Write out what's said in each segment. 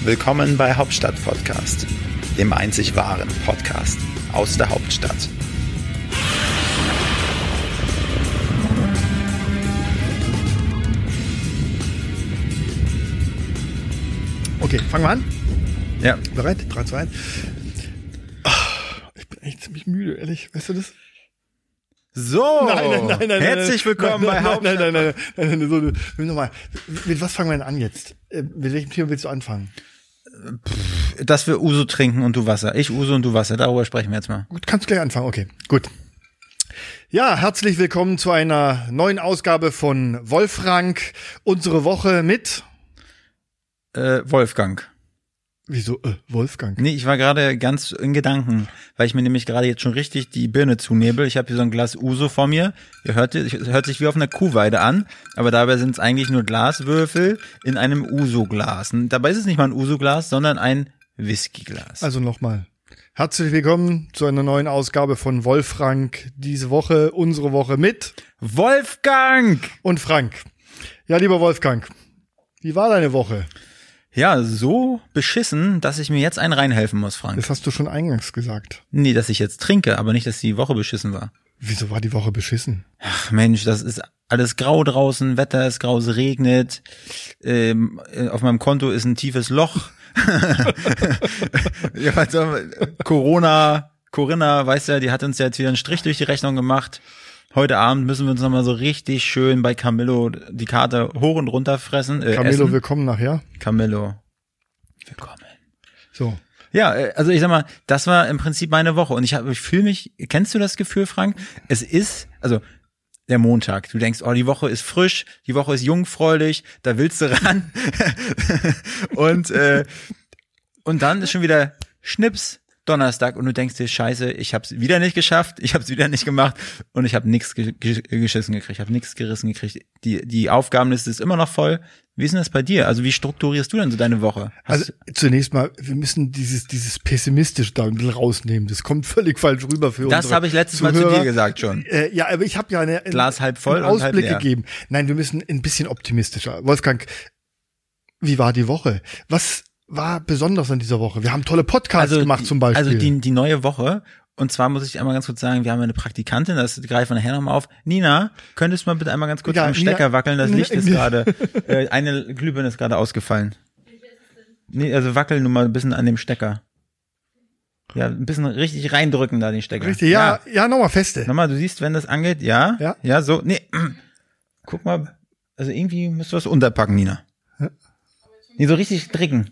Willkommen bei Hauptstadt Podcast, dem einzig wahren Podcast aus der Hauptstadt. Okay, fangen wir an? Ja. Bereit? 3, 2, 1. Ich bin echt ziemlich müde, ehrlich. Weißt du das? So, Nein. herzlich willkommen bei Hauptstadt. Nein. So, nochmal. Mit was fangen wir denn an jetzt? Mit welchem Thema willst du anfangen? Dass wir Uso trinken und du Wasser. Ich Uso und du Wasser. Darüber sprechen wir jetzt mal. Gut, kannst du gleich anfangen. Okay, gut. Ja, herzlich willkommen zu einer neuen Ausgabe von Wolfrank. Unsere Woche mit... Wolfgang. Wieso Wolfgang? Nee, ich war gerade ganz in Gedanken, weil ich mir nämlich gerade jetzt schon richtig die Birne zunebel. Ich habe hier so ein Glas Uso vor mir. Ihr hört sich wie auf einer Kuhweide an, aber dabei sind es eigentlich nur Glaswürfel in einem Uso-Glas. Und dabei ist es nicht mal ein Uso-Glas, sondern ein Whisky-Glas. Also nochmal. Herzlich willkommen zu einer neuen Ausgabe von Wolfrank. Diese Woche, unsere Woche mit Wolfgang! Und Frank. Ja, lieber Wolfgang, wie war deine Woche? Ja, so beschissen, dass ich mir jetzt einen reinhelfen muss, Frank. Das hast du schon eingangs gesagt. Nee, dass ich jetzt trinke, aber nicht, dass die Woche beschissen war. Wieso war die Woche beschissen? Ach Mensch, das ist alles grau draußen, Wetter ist grau, es regnet, auf meinem Konto ist ein tiefes Loch. Ja, also, Corinna, weißt du, die hat uns ja jetzt wieder einen Strich durch die Rechnung gemacht. Heute Abend müssen wir uns nochmal so richtig schön bei Camillo die Karte hoch und runter fressen. Camillo, essen. willkommen nachher. Camillo, willkommen. So. Ja, also ich sag mal, das war im Prinzip meine Woche und ich fühle mich, kennst du das Gefühl, Frank? Es ist, also der Montag, du denkst, oh, die Woche ist frisch, die Woche ist jungfräulich, da willst du ran. und dann ist schon wieder Schnips, Donnerstag und du denkst dir, scheiße, ich hab's wieder nicht geschafft, ich hab's wieder nicht gemacht und ich habe nichts geschissen gekriegt, ich habe nichts gerissen gekriegt. Die Aufgabenliste ist immer noch voll. Wie ist denn das bei dir? Also wie strukturierst du denn so deine Woche? Also zunächst mal, wir müssen dieses pessimistisch da ein bisschen rausnehmen. Das kommt völlig falsch rüber für uns. Das habe ich letztes Mal zu dir gesagt schon. Ja, aber ich habe ja Glas halb voll einen Ausblick und halb leer gegeben. Nein, wir müssen ein bisschen optimistischer. Wolfgang, wie war die Woche? Was war besonders an dieser Woche? Wir haben tolle Podcasts gemacht zum Beispiel. Also die neue Woche, und zwar muss ich einmal ganz kurz sagen, wir haben eine Praktikantin, das greifen wir nachher nochmal auf. Nina, könntest du mal bitte einmal ganz kurz am Stecker wackeln? Das Licht ist gerade, eine Glühbirne ist gerade ausgefallen. Nee, also wackel nur mal ein bisschen an dem Stecker. Ja, ein bisschen richtig reindrücken da den Stecker. Richtig, ja, nochmal feste. Nochmal, du siehst, wenn das angeht, ja, so, nee, guck mal, also irgendwie musst du was unterpacken, Nina. Ja. Nee, so richtig drücken.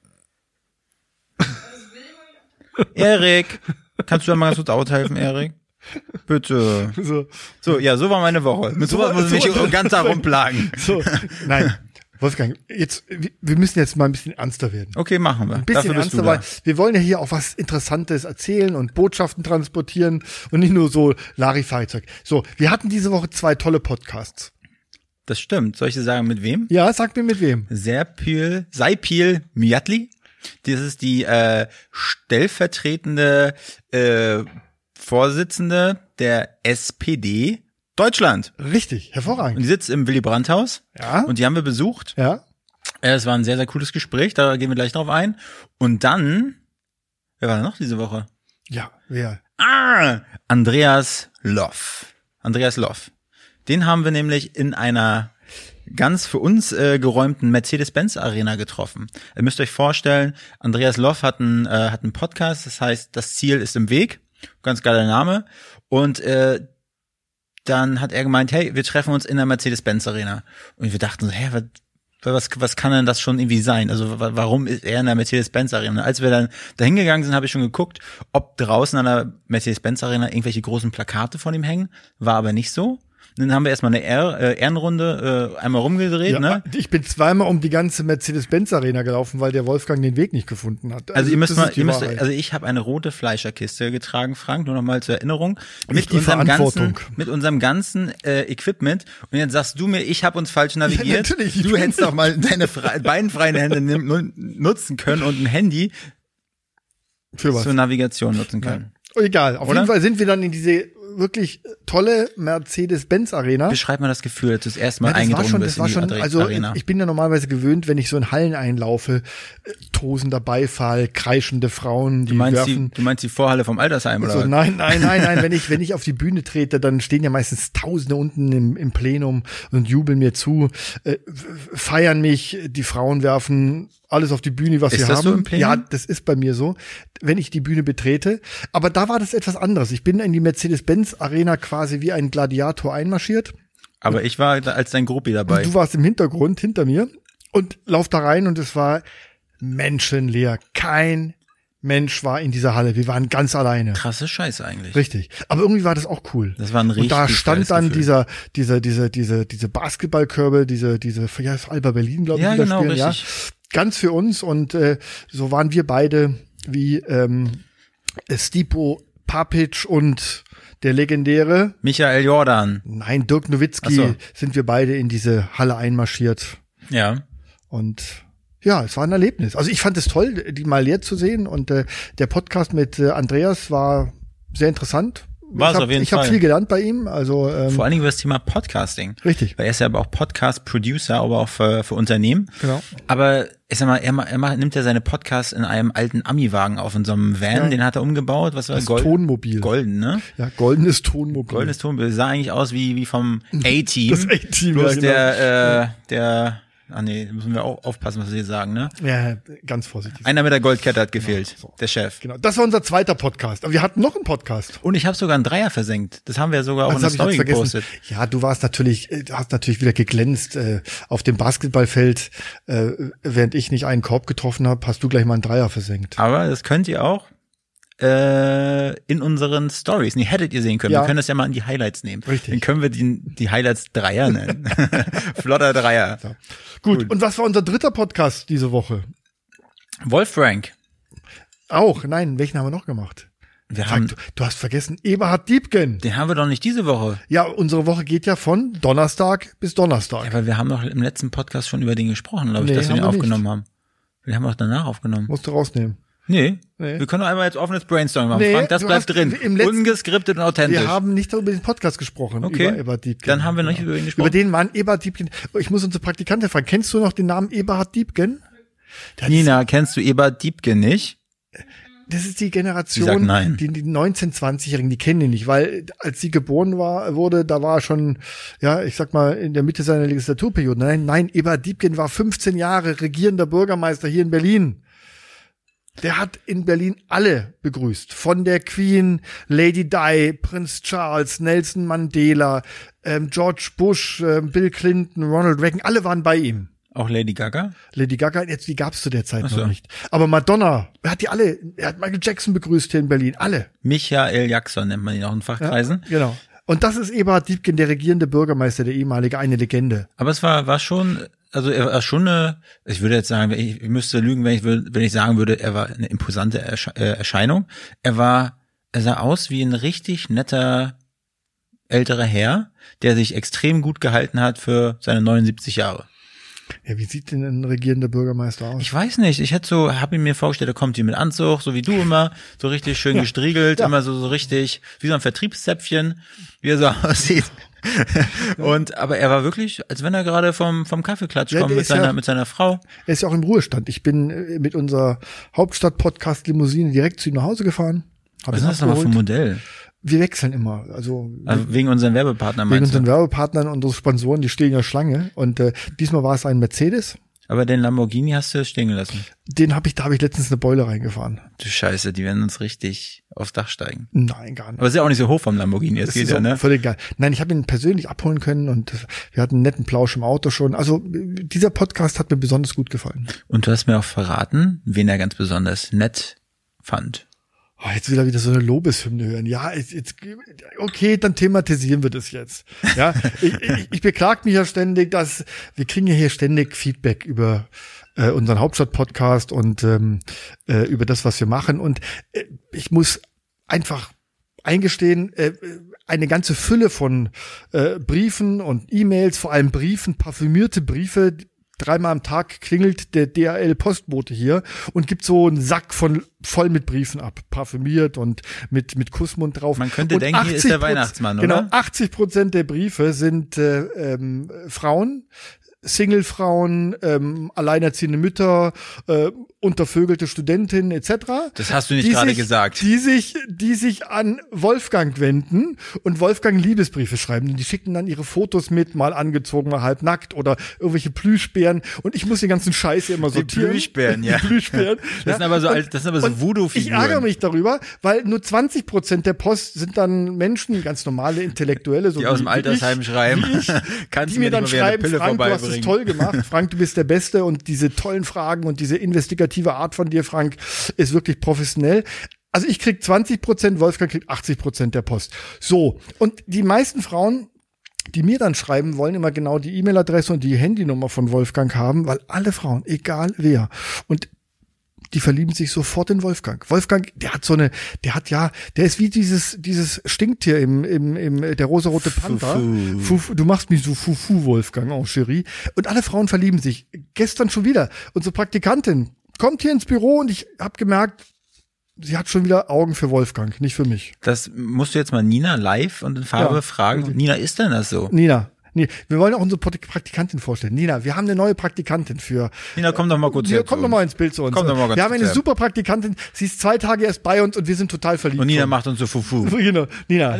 Erik, kannst du da mal ganz kurz aushelfen, Erik? Bitte. So, ja, so war meine Woche. Mit sowas muss ich mich ganz herumplagen. So, nein, Wolfgang, wir müssen jetzt mal ein bisschen ernster werden. Okay, machen wir. Ein bisschen ernster, weil wir wollen ja hier auch was Interessantes erzählen und Botschaften transportieren und nicht nur so Larifari-Zeug. So, wir hatten diese Woche 2 tolle Podcasts. Das stimmt. Soll ich dir sagen, mit wem? Ja, sag mir mit wem. Saipil Miatli. Das ist die stellvertretende Vorsitzende der SPD Deutschland. Richtig, hervorragend. Und die sitzt im Willy Brandt-Haus. Ja. Und die haben wir besucht. Ja. Es war ein sehr, sehr cooles Gespräch, da gehen wir gleich drauf ein. Und dann, wer war da noch diese Woche? Ja, wer? Andreas Loff. Den haben wir nämlich in einer ganz für uns geräumten Mercedes-Benz-Arena getroffen. Ihr müsst euch vorstellen, Andreas Loff hat einen Podcast, das heißt, das Ziel ist im Weg. Ganz geiler Name. Und dann hat er gemeint, hey, wir treffen uns in der Mercedes-Benz-Arena. Und wir dachten so, was kann denn das schon irgendwie sein? Also warum ist er in der Mercedes-Benz-Arena? Als wir dann dahin gegangen sind, habe ich schon geguckt, ob draußen an der Mercedes-Benz-Arena irgendwelche großen Plakate von ihm hängen. War aber nicht so. Dann haben wir erstmal eine Ehrenrunde einmal rumgedreht. Ja, ne? Ich bin zweimal um die ganze Mercedes-Benz-Arena gelaufen, weil der Wolfgang den Weg nicht gefunden hat. Also ich habe eine rote Fleischerkiste getragen, Frank, nur noch mal zur Erinnerung. Mit unserem ganzen Equipment. Und jetzt sagst du mir, ich habe uns falsch navigiert. Ja, natürlich. Du hättest doch mal deine beiden freien Hände nutzen können und ein Handy für was? zur Navigation nutzen können. Ja. Egal, auf jeden Fall sind wir dann in diese wirklich tolle Mercedes-Benz-Arena. Beschreib mal das Gefühl, als du das erste Mal Ja, eingedrungen bist in die Arena. Ich bin ja normalerweise gewöhnt, wenn ich so in Hallen einlaufe, tosender Beifall, kreischende Frauen, die werfen. Du meinst die Vorhalle vom Altersheim, oder? So, nein. Wenn ich auf die Bühne trete, dann stehen ja meistens Tausende unten im Plenum und jubeln mir zu, feiern mich, die Frauen werfen alles auf die Bühne, was sie haben. Ist das so im Plenum? Ja, das ist bei mir so, wenn ich die Bühne betrete. Aber da war das etwas anderes. Ich bin in die Mercedes-Benz-Arena quasi wie ein Gladiator einmarschiert. Aber ich war als dein Gruppi dabei. Und du warst im Hintergrund hinter mir und lauf da rein und es war menschenleer. Kein Mensch war in dieser Halle. Wir waren ganz alleine. Krasse Scheiße eigentlich. Richtig. Aber irgendwie war das auch cool. Das war ein richtig. Und da stand dann diese Basketballkörbe, diese, ja, Alba Berlin, glaube ich, ja, die da genau, spielen, richtig. ja. Ganz für uns und so waren wir beide wie Stipo Papic und der legendäre Michael Jordan. Nein, Dirk Nowitzki sind wir beide in diese Halle einmarschiert. Ja. Und ja, es war ein Erlebnis. Also ich fand es toll, die mal leer zu sehen und der Podcast mit Andreas war sehr interessant. War es auf jeden Fall. Ich habe viel gelernt bei ihm. Also vor allen Dingen über das Thema Podcasting. Richtig. Weil er ist ja aber auch Podcast-Producer, aber auch für Unternehmen. Genau. Aber ich sag mal, er nimmt ja seine Podcasts in einem alten Ami-Wagen auf, in so einem Van, ja. Den hat er umgebaut. Was war das? Tonmobil. Golden, ne? Ja, goldenes Tonmobil. Goldenes Tonmobil. Sah eigentlich aus wie vom A-Team. Das A-Team, bloß ja, genau. der müssen wir auch aufpassen, was wir hier sagen, ne? Ja, ganz vorsichtig. Einer mit der Goldkette hat gefehlt, genau, so. Der Chef. Genau, das war unser zweiter Podcast. Aber wir hatten noch einen Podcast. Und ich habe sogar einen Dreier versenkt. Das haben wir ja sogar auch in der Story gepostet. Ja, du hast natürlich wieder geglänzt auf dem Basketballfeld. Während ich nicht einen Korb getroffen habe, hast du gleich mal einen Dreier versenkt. Aber das könnt ihr auch in unseren Stories. Nee, hättet ihr sehen können. Ja. Wir können das ja mal in die Highlights nehmen. Richtig. Dann können wir die Highlights Dreier nennen. Flotter Dreier. So. Gut. Und was war unser dritter Podcast diese Woche? Wolf Frank. Auch. Nein, welchen haben wir noch gemacht? Du hast vergessen, Eberhard Diepgen. Den haben wir doch nicht diese Woche. Ja, unsere Woche geht ja von Donnerstag bis Donnerstag. Ja, weil wir haben doch im letzten Podcast schon über den gesprochen, glaube ich, dass wir den aufgenommen haben. Wir haben auch danach aufgenommen. Musst du rausnehmen. Nee. Wir können doch einmal jetzt offenes Brainstorming machen. Frank, das bleibt drin. Ungeskriptet und authentisch. Wir haben nicht über den Podcast gesprochen. Okay. Über Eberhard Diepgen. Dann haben wir nicht über ihn gesprochen. Über den Mann Eberhard Diepgen. Ich muss unsere Praktikantin fragen. Kennst du noch den Namen Eberhard Diepgen? Nina, kennst du Eberhard Diepgen nicht? Das ist die Generation, die 19-20-Jährigen, die kennen ihn nicht, weil als sie geboren wurde, da war er schon, ja, ich sag mal, in der Mitte seiner Legislaturperiode. Nein, Eberhard Diepgen war 15 Jahre regierender Bürgermeister hier in Berlin. Der hat in Berlin alle begrüßt. Von der Queen, Lady Di, Prinz Charles, Nelson Mandela, George Bush, Bill Clinton, Ronald Reagan, alle waren bei ihm. Auch Lady Gaga? Lady Gaga, jetzt die gab's zu der Zeit noch nicht. Aber Madonna, er hat Michael Jackson begrüßt hier in Berlin, alle. Michael Jackson nennt man ihn auch in Fachkreisen. Ja, genau. Und das ist Eberhard Diepgen, der regierende Bürgermeister, der ehemalige, eine Legende. Aber es war schon, also er war schon ich würde jetzt sagen, ich müsste lügen, wenn ich sagen würde, er war eine imposante Erscheinung. Er sah aus wie ein richtig netter älterer Herr, der sich extrem gut gehalten hat für seine 79 Jahre. Ja, wie sieht denn ein regierender Bürgermeister aus? Ich weiß nicht. Ich habe ihn mir vorgestellt, er kommt hier mit Anzug, so wie du immer, so richtig schön gestriegelt, immer so richtig, wie so ein Vertriebszäpfchen, wie er so aussieht. Aber er war wirklich, als wenn er gerade vom Kaffeeklatsch kommt mit seiner Frau. Er ist ja auch im Ruhestand. Ich bin mit unserer Hauptstadt-Podcast-Limousine direkt zu ihm nach Hause gefahren. Was ist das nochmal für ein Modell? Wir wechseln immer. Also wegen unseren Werbepartnern meinst du? Wegen unseren Werbepartnern, unsere Sponsoren, die stehen ja Schlange. Und diesmal war es ein Mercedes. Aber den Lamborghini hast du stehen gelassen. Da habe ich letztens eine Beule reingefahren. Du Scheiße, die werden uns richtig aufs Dach steigen. Nein, gar nicht. Aber ist ja auch nicht so hoch vom Lamborghini, das geht ja, ne? Völlig geil. Nein, ich habe ihn persönlich abholen können und wir hatten einen netten Plausch im Auto schon. Also dieser Podcast hat mir besonders gut gefallen. Und du hast mir auch verraten, wen er ganz besonders nett fand. Oh, jetzt will er wieder so eine Lobeshymne hören. Ja, jetzt okay, dann thematisieren wir das jetzt. Ja, ich beklag mich ja ständig, dass wir kriegen ja hier ständig Feedback über unseren Hauptstadt-Podcast und über das, was wir machen. Und ich muss einfach eingestehen, eine ganze Fülle von Briefen und E-Mails, vor allem Briefen, parfümierte Briefe, dreimal am Tag klingelt der DHL-Postbote hier und gibt so einen Sack voll mit Briefen ab, parfümiert und mit Kussmund drauf. Man könnte denken, hier ist der Weihnachtsmann, oder? Genau, 80% der Briefe sind Frauen, Single-Frauen, alleinerziehende Mütter, untervögelte Studentinnen etc. Das hast du nicht gerade gesagt. Die sich an Wolfgang wenden und Wolfgang Liebesbriefe schreiben. Und die schicken dann ihre Fotos mit, mal angezogen, mal halbnackt oder irgendwelche Plüschbären. Und ich muss den ganzen Scheiß hier immer sortieren. Die Plüschbären, ja. Die Plüschbären. Das sind aber so Voodoo-Figuren. Ich ärgere mich darüber, weil nur 20% der Post sind dann Menschen, ganz normale Intellektuelle, so die aus dem Altersheim schreiben. Die mir dann schreiben, Frank, du hast es toll gemacht. Frank, du bist der Beste und diese tollen Fragen und diese investigative Art von dir, Frank, ist wirklich professionell. Also ich krieg 20%, Wolfgang kriegt 80% der Post. So, und die meisten Frauen, die mir dann schreiben, wollen immer genau die E-Mail-Adresse und die Handynummer von Wolfgang haben, weil alle Frauen, egal wer, und die verlieben sich sofort in Wolfgang. Wolfgang, der ist wie dieses Stinktier im der rosarote Panther. Du machst mich so Fufu, Wolfgang, oh Chérie. Und alle Frauen verlieben sich. Gestern schon wieder. Unsere Praktikantin kommt hier ins Büro und ich habe gemerkt, sie hat schon wieder Augen für Wolfgang, nicht für mich. Das musst du jetzt mal Nina live und in Farbe fragen. Nina, ist denn das so? Nina, wir wollen auch unsere Praktikantin vorstellen. Nina, wir haben eine neue Praktikantin für. Nina, komm doch mal kurz her. Komm doch mal ins Bild zu uns. Wir haben eine super Praktikantin. Sie ist 2 Tage erst bei uns und wir sind total verliebt. Und Nina macht uns so Fufu. Genau. Nina,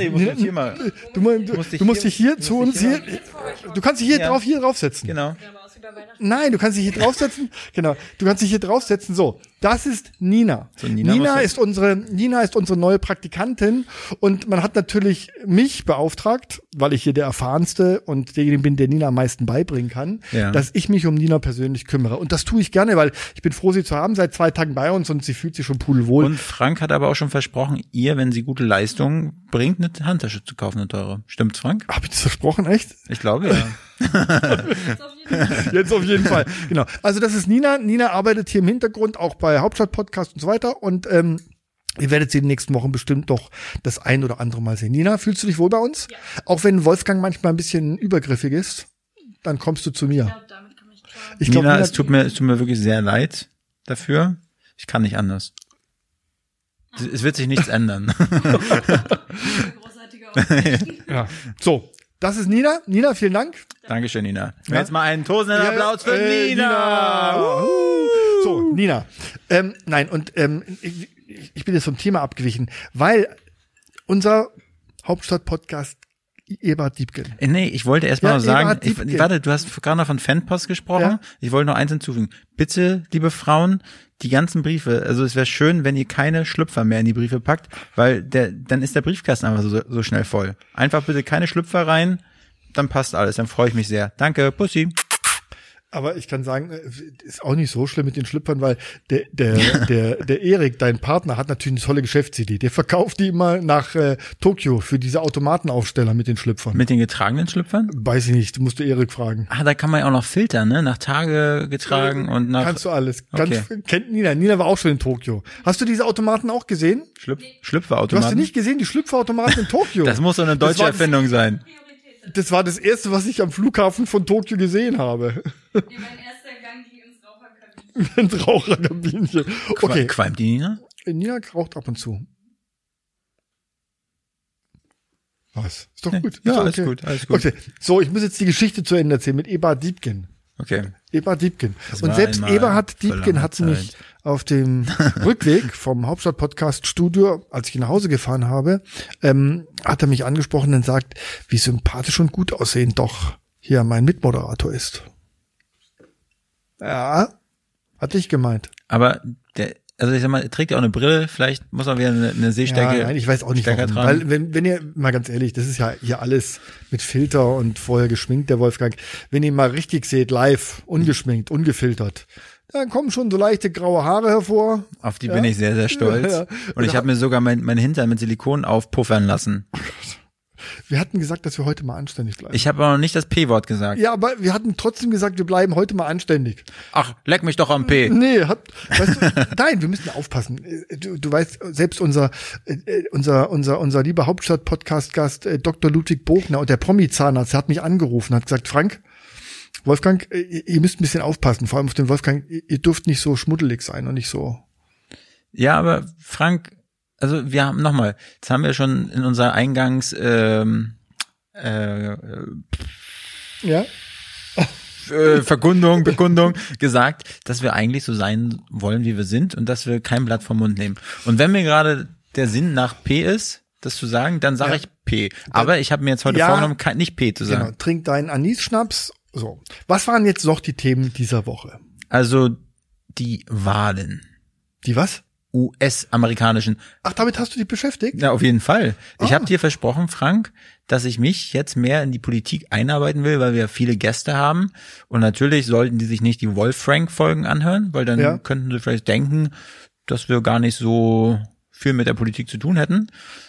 du musst dich hier zu uns hier. Du kannst dich hier draufsetzen. Genau. Nein, du kannst dich hier draufsetzen. Genau. Du kannst dich hier draufsetzen. So. Das ist Nina. So, Nina ist unsere neue Praktikantin und man hat natürlich mich beauftragt, weil ich hier der erfahrenste und derjenige bin, der Nina am meisten beibringen kann, dass ich mich um Nina persönlich kümmere. Und das tue ich gerne, weil ich bin froh, sie zu haben, seit 2 Tagen bei uns und sie fühlt sich schon pudelwohl. Und Frank hat aber auch schon versprochen, ihr, wenn sie gute Leistungen bringt, eine Handtasche zu kaufen, eine teure. Stimmt's, Frank? Hab ich das versprochen, echt? Ich glaube, ja. Jetzt auf jeden Fall. Genau. Also das ist Nina. Nina arbeitet hier im Hintergrund auch bei Hauptstadt-Podcast und so weiter. Und ihr werdet sie in den nächsten Wochen bestimmt doch das ein oder andere Mal sehen. Nina, fühlst du dich wohl bei uns? Ja. Auch wenn Wolfgang manchmal ein bisschen übergriffig ist, dann kommst du zu mir. Ich glaube, damit komme ich klar. Nina, es tut mir wirklich sehr leid dafür. Ich kann nicht anders. Es wird sich nichts ändern. Ja. So. Das ist Nina. Nina, vielen Dank. Dankeschön, Nina. Jetzt mal einen tosenden Applaus für Nina. So, Nina. Nein, und ich bin jetzt vom Thema abgewichen, weil unser Hauptstadt-Podcast Eberhard Diepgen. Nee, ich wollte erst mal noch sagen, warte, du hast gerade noch von Fanpost gesprochen. Ja? Ich wollte noch eins hinzufügen. Bitte, liebe Frauen, die ganzen Briefe, also es wäre schön, wenn ihr keine Schlüpfer mehr in die Briefe packt, weil dann ist der Briefkasten einfach so schnell voll. Einfach bitte keine Schlüpfer rein, dann passt alles, dann freue ich mich sehr. Danke, Pussy. Aber ich kann sagen, ist auch nicht so schlimm mit den Schlüpfern, weil der Erik, dein Partner, hat natürlich eine tolle Geschäftsidee. Der verkauft die immer nach Tokio für diese Automatenaufsteller mit den Schlüpfern. Mit den getragenen Schlüpfern? Weiß ich nicht, musst du Erik fragen. Da kann man ja auch noch filtern, ne? Nach Tage getragen und nach... Kannst du alles. Kennt Nina. Nina war auch schon in Tokio. Hast du diese Automaten auch gesehen? Schlüpferautomaten? Du hast sie nicht gesehen, die Schlüpferautomaten in Tokio. Das muss so eine deutsche Erfindung sein. Das war das erste, was ich am Flughafen von Tokio gesehen habe. Mein erster Gang ging ins Raucherkabinchen. Ins Raucherkabinchen. Okay. Qualmt die Nina? Nina raucht ab und zu. Was? Ist doch gut. Ja, ist alles gut. Okay. So, ich muss jetzt die Geschichte zu Ende erzählen mit Eberhard Diepgen. Okay. Eberhard Diepgen. Und selbst Eberhard Diepgen hat mich auf dem Rückweg vom Hauptstadt-Podcast-Studio, als ich nach Hause gefahren habe, hat er mich angesprochen und sagt, wie sympathisch und gut aussehend doch hier mein Mitmoderator ist. Ja, hatte ich gemeint. Aber also ich sag mal, er trägt ja auch eine Brille, vielleicht muss er wieder eine Sehstärke. Ja, nein, ich weiß auch nicht warum. Weil wenn ihr, mal ganz ehrlich, das ist ja hier alles mit Filter und vorher geschminkt, der Wolfgang. Wenn ihr mal richtig seht, live, ungeschminkt, ungefiltert, dann kommen schon so leichte graue Haare hervor. Auf die bin ich sehr, sehr stolz. Ja. Und ich habe mir sogar mein Hintern mit Silikon aufpuffern lassen. Wir hatten gesagt, dass wir heute mal anständig bleiben. Ich habe aber noch nicht das P-Wort gesagt. Ja, aber wir hatten trotzdem gesagt, wir bleiben heute mal anständig. Ach, leck mich doch am P. Nee, weißt du, nein, wir müssen aufpassen. Du weißt, selbst unser lieber Hauptstadt-Podcast-Gast Dr. Ludwig Bogner und der Promi-Zahnarzt hat mich angerufen, hat gesagt, Frank, Wolfgang, ihr müsst ein bisschen aufpassen, vor allem auf den Wolfgang, ihr dürft nicht so schmuddelig sein und nicht so. Ja, aber Frank, also wir haben nochmal, jetzt haben wir schon in unserer Eingangs Bekundung gesagt, dass wir eigentlich so sein wollen, wie wir sind und dass wir kein Blatt vom Mund nehmen. Und wenn mir gerade der Sinn nach P ist, das zu sagen, dann sage ich P. Aber ich habe mir jetzt heute vorgenommen, nicht P zu sagen. Genau, trink deinen Anis-Schnaps. So. Was waren jetzt noch die Themen dieser Woche? Also die Wahlen. Die was? US-amerikanischen. Ach, damit hast du dich beschäftigt? Ja, auf jeden Fall. Ich habe dir versprochen, Frank, dass ich mich jetzt mehr in die Politik einarbeiten will, weil wir viele Gäste haben. Und natürlich sollten die sich nicht die Wolf-Frank-Folgen anhören, weil dann könnten sie vielleicht denken, dass wir gar nicht so viel mit der Politik zu tun hätten.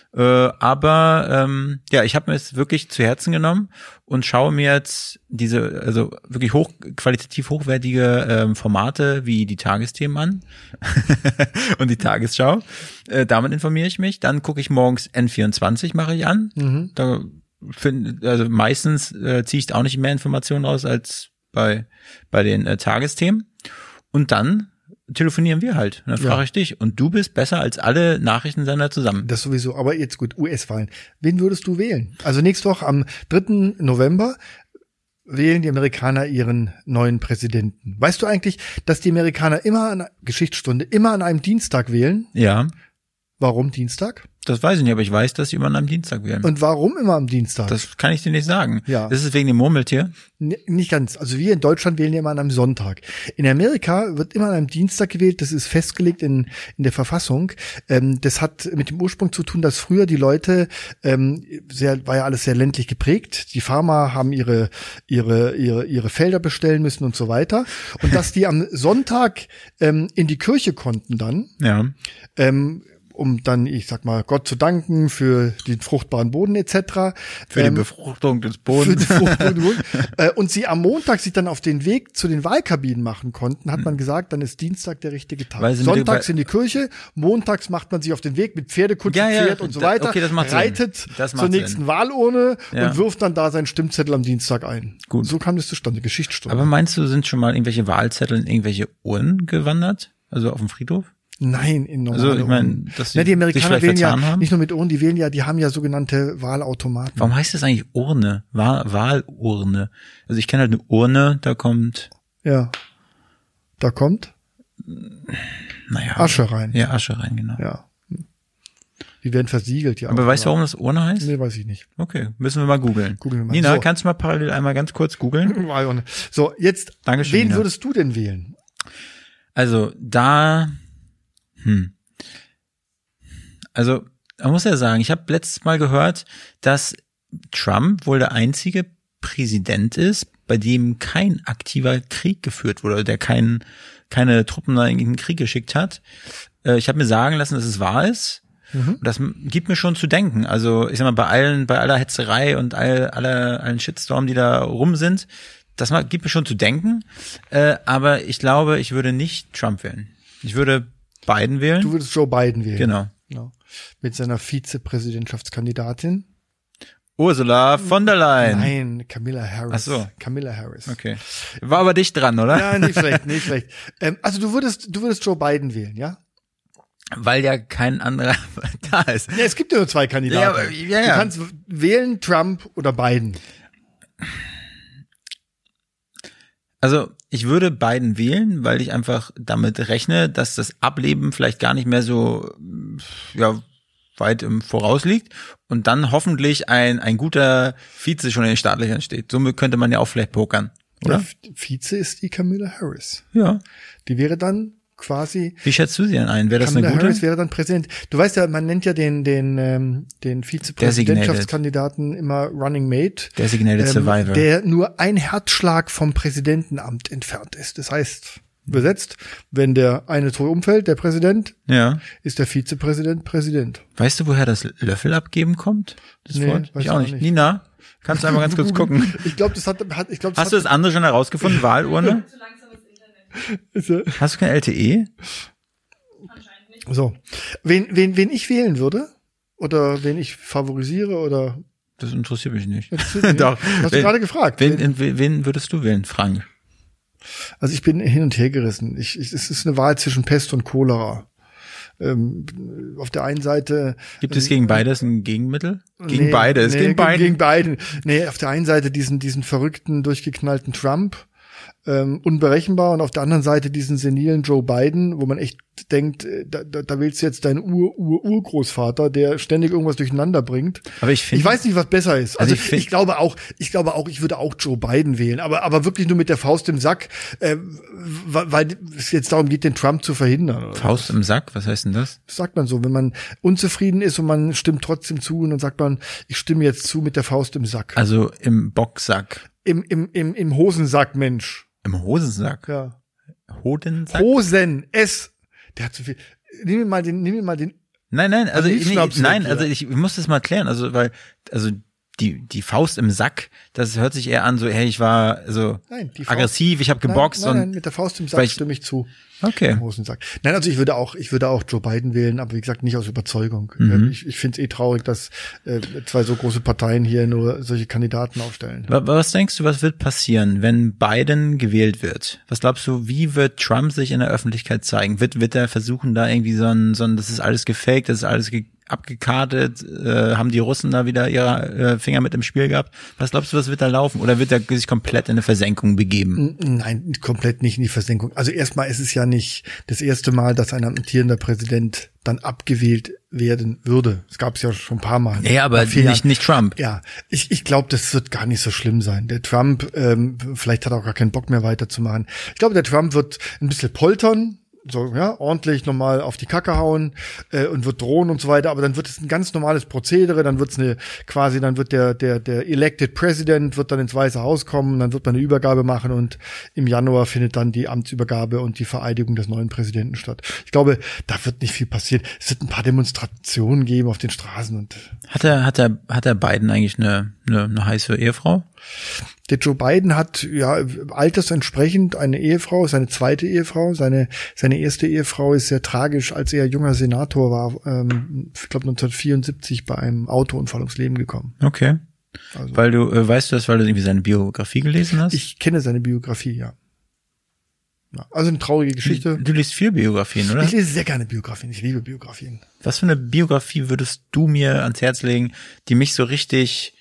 Aber ich habe mir es wirklich zu Herzen genommen und schaue mir jetzt diese, also wirklich qualitativ hochwertige Formate wie die Tagesthemen an und die Tagesschau. Damit informiere ich mich. Dann gucke ich morgens N24 mache ich an. Mhm. Da also meistens ziehe ich auch nicht mehr Informationen raus als bei den Tagesthemen. Und dann telefonieren wir halt. Und dann frage ich dich. Und du bist besser als alle Nachrichtensender zusammen. Das sowieso. Aber jetzt gut, US-Wahlen. Wen würdest du wählen? Also nächste Woche am 3. November wählen die Amerikaner ihren neuen Präsidenten. Weißt du eigentlich, dass die Amerikaner immer an Geschichtsstunde, immer an einem Dienstag wählen? Ja. Warum Dienstag? Das weiß ich nicht, aber ich weiß, dass sie immer an einem Dienstag wählen. Und warum immer am Dienstag? Das kann ich dir nicht sagen. Ja. Das ist wegen dem Murmeltier? Nicht ganz. Also wir in Deutschland wählen ja immer an einem Sonntag. In Amerika wird immer an einem Dienstag gewählt. Das ist festgelegt in der Verfassung. Das hat mit dem Ursprung zu tun, dass früher die Leute, war ja alles sehr ländlich geprägt. Die Farmer haben ihre Felder bestellen müssen und so weiter. Und dass die am Sonntag in die Kirche konnten dann. Ja. Um dann, ich sag mal, Gott zu danken für den fruchtbaren Boden etc. Für die Befruchtung des Bodens. Und sie am Montag sich dann auf den Weg zu den Wahlkabinen machen konnten, hat man gesagt, dann ist Dienstag der richtige Tag. Sonntags in die Kirche, montags macht man sich auf den Weg mit Pferdekutsche, Pferd und so weiter, reitet zur nächsten Wahlurne und wirft dann da seinen Stimmzettel am Dienstag ein. Gut. So kam das zustande, Geschichtsstunde. Aber meinst du, sind schon mal irgendwelche Wahlzettel in irgendwelche Urnen gewandert? Also auf dem Friedhof? Nein, in normalen Also ich meine, dass die Amerikaner wählen ja haben? Nicht nur mit Urnen, die haben ja sogenannte Wahlautomaten. Warum heißt das eigentlich Urne? Wahlurne. Also ich kenne halt eine Urne, da kommt Asche rein. Ja, Asche rein, genau. Ja. Die werden versiegelt, ja. Aber weißt du, warum das Urne heißt? Nee, weiß ich nicht. Okay, müssen wir mal googeln. Nina, kannst du mal parallel einmal ganz kurz googeln? So, jetzt, Dankeschön, wen Nina. würdest du denn wählen? Also, Also, man muss ja sagen, ich habe letztes Mal gehört, dass Trump wohl der einzige Präsident ist, bei dem kein aktiver Krieg geführt wurde, oder der keine Truppen in den Krieg geschickt hat. Ich habe mir sagen lassen, dass es wahr ist. Und das gibt mir schon zu denken. Also, ich sag mal, bei aller Hetzerei und allen Shitstorm, die da rum sind, das gibt mir schon zu denken. Aber ich glaube, ich würde nicht Trump wählen. Ich würde Biden wählen. Du würdest Joe Biden wählen. Genau. Mit seiner Vizepräsidentschaftskandidatin. Ursula von der Leyen. Nein, Kamala Harris. Ach so. Kamala Harris. Okay. War aber dicht dran, oder? Ja, nicht schlecht. Also du würdest Joe Biden wählen, ja? Weil ja kein anderer da ist. Ja, es gibt ja nur zwei Kandidaten. Ja. Du kannst wählen Trump oder Biden. Also ich würde Biden wählen, weil ich einfach damit rechne, dass das Ableben vielleicht gar nicht mehr so weit im Voraus liegt und dann hoffentlich ein guter Vize schon in den Startlöchern steht. Somit könnte man ja auch vielleicht pokern, oder? Der Vize ist die Kamala Harris. Ja. Die wäre dann quasi. Wie schätzt du sie denn ein? Wäre das Kamala eine gute? Harris wäre dann Präsident. Du weißt ja, man nennt ja den Vizepräsidentschaftskandidaten immer Running Mate. Designated Survivor. Der nur ein Herzschlag vom Präsidentenamt entfernt ist. Das heißt, übersetzt, wenn der eine tot umfällt, der Präsident, ist der Vizepräsident Präsident. Weißt du, woher das Löffel abgeben kommt? Das Wort? Weiß ich auch nicht. Nina, kannst du einmal ganz kurz gucken? Ich glaube, das hat. Hast du das andere schon herausgefunden? Wahlurne? Zu langsames Internet. Hast du kein LTE? Anscheinend nicht. So. Wen ich wählen würde? Oder wen ich favorisiere oder Das interessiert mich nicht. Doch. Hast du gerade gefragt. Wen würdest du wählen, Frank? Also ich bin hin und her gerissen. Es ist eine Wahl zwischen Pest und Cholera. Auf der einen Seite gibt es gegen beides ein Gegenmittel? Gegen beiden. Nee, auf der einen Seite diesen verrückten, durchgeknallten Trump, unberechenbar, und auf der anderen Seite diesen senilen Joe Biden, wo man echt denkt, da wählst du jetzt deinen Urgroßvater, der ständig irgendwas durcheinander bringt. Aber ich weiß nicht, was besser ist. Also ich glaube auch, ich würde auch Joe Biden wählen, aber wirklich nur mit der Faust im Sack, weil es jetzt darum geht, den Trump zu verhindern. Oder? Faust im Sack? Was heißt denn das? Das sagt man so, wenn man unzufrieden ist und man stimmt trotzdem zu, und dann sagt man, ich stimme jetzt zu mit der Faust im Sack. Also im Boxsack. Im Hosensack, Mensch. Im Hosensack? Ja. Hodensack? Der hat zu viel. Nimm mir mal den. Nein, also ich muss das mal klären, die Faust im Sack, das hört sich eher an so, hey, ich war so aggressiv, ich habe geboxt. Nein, mit der Faust im Sack stimme ich zu. Okay. Im Hosensack. Nein, also ich würde auch Joe Biden wählen, aber wie gesagt, nicht aus Überzeugung. Ich finde es traurig, dass zwei so große Parteien hier nur solche Kandidaten aufstellen. Was denkst du, was wird passieren, wenn Biden gewählt wird? Was glaubst du, wie wird Trump sich in der Öffentlichkeit zeigen? Wird er versuchen, da irgendwie so ein das ist alles gefaked, das ist alles abgekartet, haben die Russen da wieder ihre Finger mit im Spiel gehabt? Was glaubst du, was wird da laufen? Oder wird er sich komplett in eine Versenkung begeben? Nein, komplett nicht in die Versenkung. Also erstmal ist es ja nicht das erste Mal, dass ein amtierender Präsident dann abgewählt werden würde. Es gab es ja schon ein paar Mal. Ja, aber nicht Trump. Ja, ich glaube, das wird gar nicht so schlimm sein. Der Trump, vielleicht hat er auch gar keinen Bock mehr weiterzumachen. Ich glaube, der Trump wird ein bisschen poltern, so, ja, ordentlich nochmal auf die Kacke hauen und wird drohen und so weiter, aber dann wird es ein ganz normales Prozedere, dann wird der Elected President wird dann ins Weiße Haus kommen, dann wird man eine Übergabe machen und im Januar findet dann die Amtsübergabe und die Vereidigung des neuen Präsidenten statt. Ich glaube, da wird nicht viel passieren. Es wird ein paar Demonstrationen geben auf den Straßen und Hat der Biden eigentlich eine heiße Ehefrau? Der Joe Biden hat ja altersentsprechend eine Ehefrau, seine zweite Ehefrau. Seine erste Ehefrau ist sehr tragisch, als er junger Senator war, ich glaube 1974 bei einem Autounfall ums Leben gekommen. Okay. Also, weil du weißt du das, weil du irgendwie seine Biografie gelesen hast? Ich kenne seine Biografie, ja. Also eine traurige Geschichte. Du liest viel Biografien, oder? Ich lese sehr gerne Biografien. Ich liebe Biografien. Was für eine Biografie würdest du mir ans Herz legen, die mich so richtig,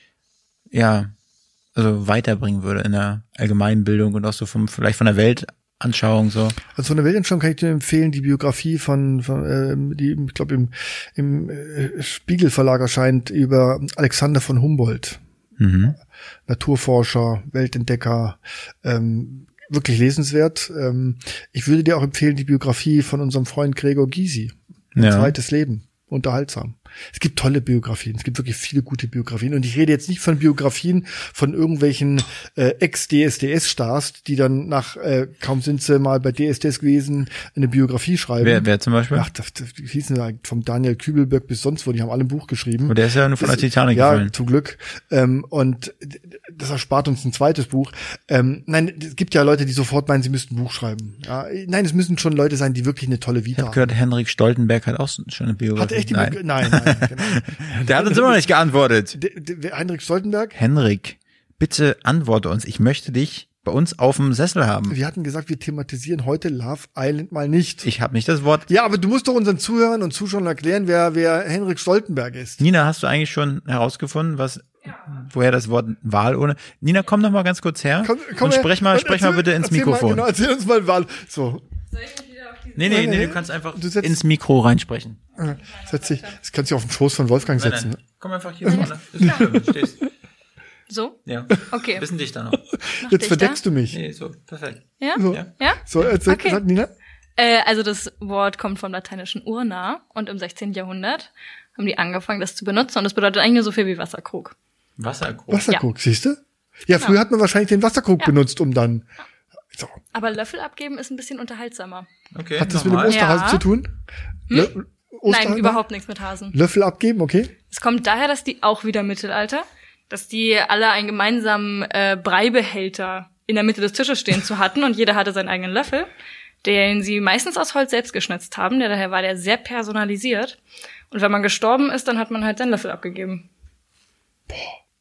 weiterbringen würde in der Allgemeinbildung und auch so vielleicht von der Weltanschauung so? Also von der Weltanschauung kann ich dir empfehlen, die Biografie die, ich glaube, im Spiegel Verlag erscheint, über Alexander von Humboldt. Mhm. Naturforscher, Weltentdecker, wirklich lesenswert. Ich würde dir auch empfehlen, die Biografie von unserem Freund Gregor Gysi. Ein zweites Leben. Unterhaltsam. Es gibt tolle Biografien. Es gibt wirklich viele gute Biografien. Und ich rede jetzt nicht von Biografien von irgendwelchen Ex-DSDS-Stars, die dann kaum sind sie mal bei DSDS gewesen, eine Biografie schreiben. Wer zum Beispiel? Ach, die hießen ja vom Daniel Kübelberg bis sonst wo. Die haben alle ein Buch geschrieben. Und der ist ja nur von der Titanic gefallen. Ja, zum Glück. Und das erspart uns ein zweites Buch. Nein, es gibt ja Leute, die sofort meinen, sie müssten ein Buch schreiben. Ja, nein, es müssen schon Leute sein, die wirklich eine tolle Vita haben. Ich habe gehört, Henrik Stoltenberg hat auch schon eine Biografie. Hat echt die Nein. Nein. Genau. Der hat uns immer noch nicht geantwortet. Henrik Stoltenberg? Henrik, bitte antworte uns. Ich möchte dich bei uns auf dem Sessel haben. Wir hatten gesagt, wir thematisieren heute Love Island mal nicht. Ich habe nicht das Wort. Ja, aber du musst doch unseren Zuhörern und Zuschauern erklären, wer Henrik Stoltenberg ist. Nina, hast du eigentlich schon herausgefunden, woher das Wort Wahl ohne? Nina, komm noch mal ganz kurz her komm und sprech mal bitte ins Mikrofon. Erzähl uns mal Wahl. So. Soll ich wieder auf Nee, du kannst einfach ins Mikro reinsprechen. Das kannst du auf den Schoß von Wolfgang setzen. Nein. Komm einfach hier vorne. Ist nicht schlimm, du stehst. So? Ja. Okay. Bisschen dichter noch. Jetzt verdeckst du mich. Nee, so, perfekt. Ja? Ja? So, erzähl, okay. Nina. Also das Wort kommt vom lateinischen urna und im 16. Jahrhundert haben die angefangen, das zu benutzen und das bedeutet eigentlich nur so viel wie Wasserkrug. Wasserkrug, siehst du? Ja, früher hat man wahrscheinlich den Wasserkrug benutzt, um dann... So. Aber Löffel abgeben ist ein bisschen unterhaltsamer. Okay. Hat das mit dem Osterhasen zu tun? Nein, überhaupt nichts mit Hasen. Löffel abgeben, okay. Es kommt daher, dass die auch wieder Mittelalter, dass die alle einen gemeinsamen Breibehälter in der Mitte des Tisches stehen zu hatten und jeder hatte seinen eigenen Löffel, den sie meistens aus Holz selbst geschnitzt haben. Daher war der sehr personalisiert. Und wenn man gestorben ist, dann hat man halt seinen Löffel abgegeben. Boah.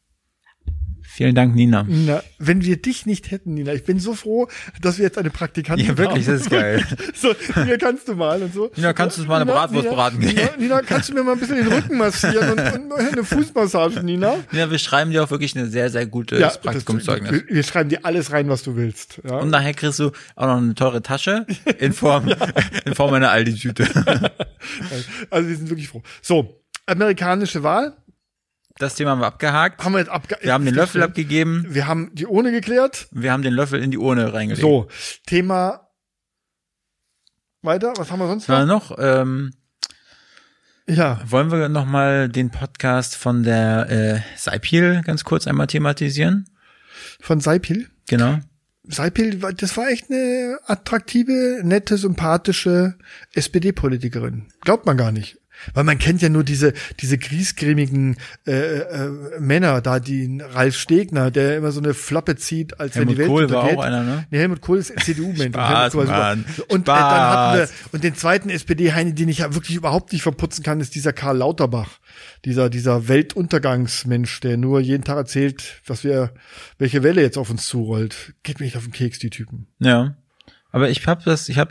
Vielen Dank, Nina. Nina, wenn wir dich nicht hätten, Nina, ich bin so froh, dass wir jetzt eine Praktikantin haben. Ja, wirklich, das ist geil. So, Nina, kannst du mal und so. Nina, kannst du mal eine Bratwurst braten gehen? Nina, kannst du mir mal ein bisschen den Rücken massieren und eine Fußmassage, Nina? Ja, wir schreiben dir auch wirklich eine sehr, sehr gute Praktikumszeugnis. Wir schreiben dir alles rein, was du willst. Ja? Und nachher kriegst du auch noch eine teure Tasche in Form einer Aldi-Tüte. Also wir sind wirklich froh. So, amerikanische Wahl. Das Thema haben wir abgehakt. Wir haben den Löffel abgegeben. Wir haben die Urne geklärt. Wir haben den Löffel in die Urne reingelegt. So, Thema weiter. Was haben wir sonst noch? Wollen wir noch mal den Podcast von der Saipil ganz kurz einmal thematisieren? Von Saipil? Genau. Saipil, das war echt eine attraktive, nette, sympathische SPD-Politikerin. Glaubt man gar nicht. Weil man kennt ja nur diese griesgrämigen Männer da, die Ralf Stegner, der immer so eine Flappe zieht, als wenn die Welt Kohl untergeht. War auch einer, ne? Nee, Helmut Kohl ist CDU-Mensch. Und dann hatten wir, und den zweiten SPD-Heini, den ich ja wirklich überhaupt nicht verputzen kann, ist dieser Karl Lauterbach. Dieser Weltuntergangsmensch, der nur jeden Tag erzählt, welche Welle jetzt auf uns zurollt. Geht mir nicht auf den Keks, die Typen. Ja. Aber ich habe das, wie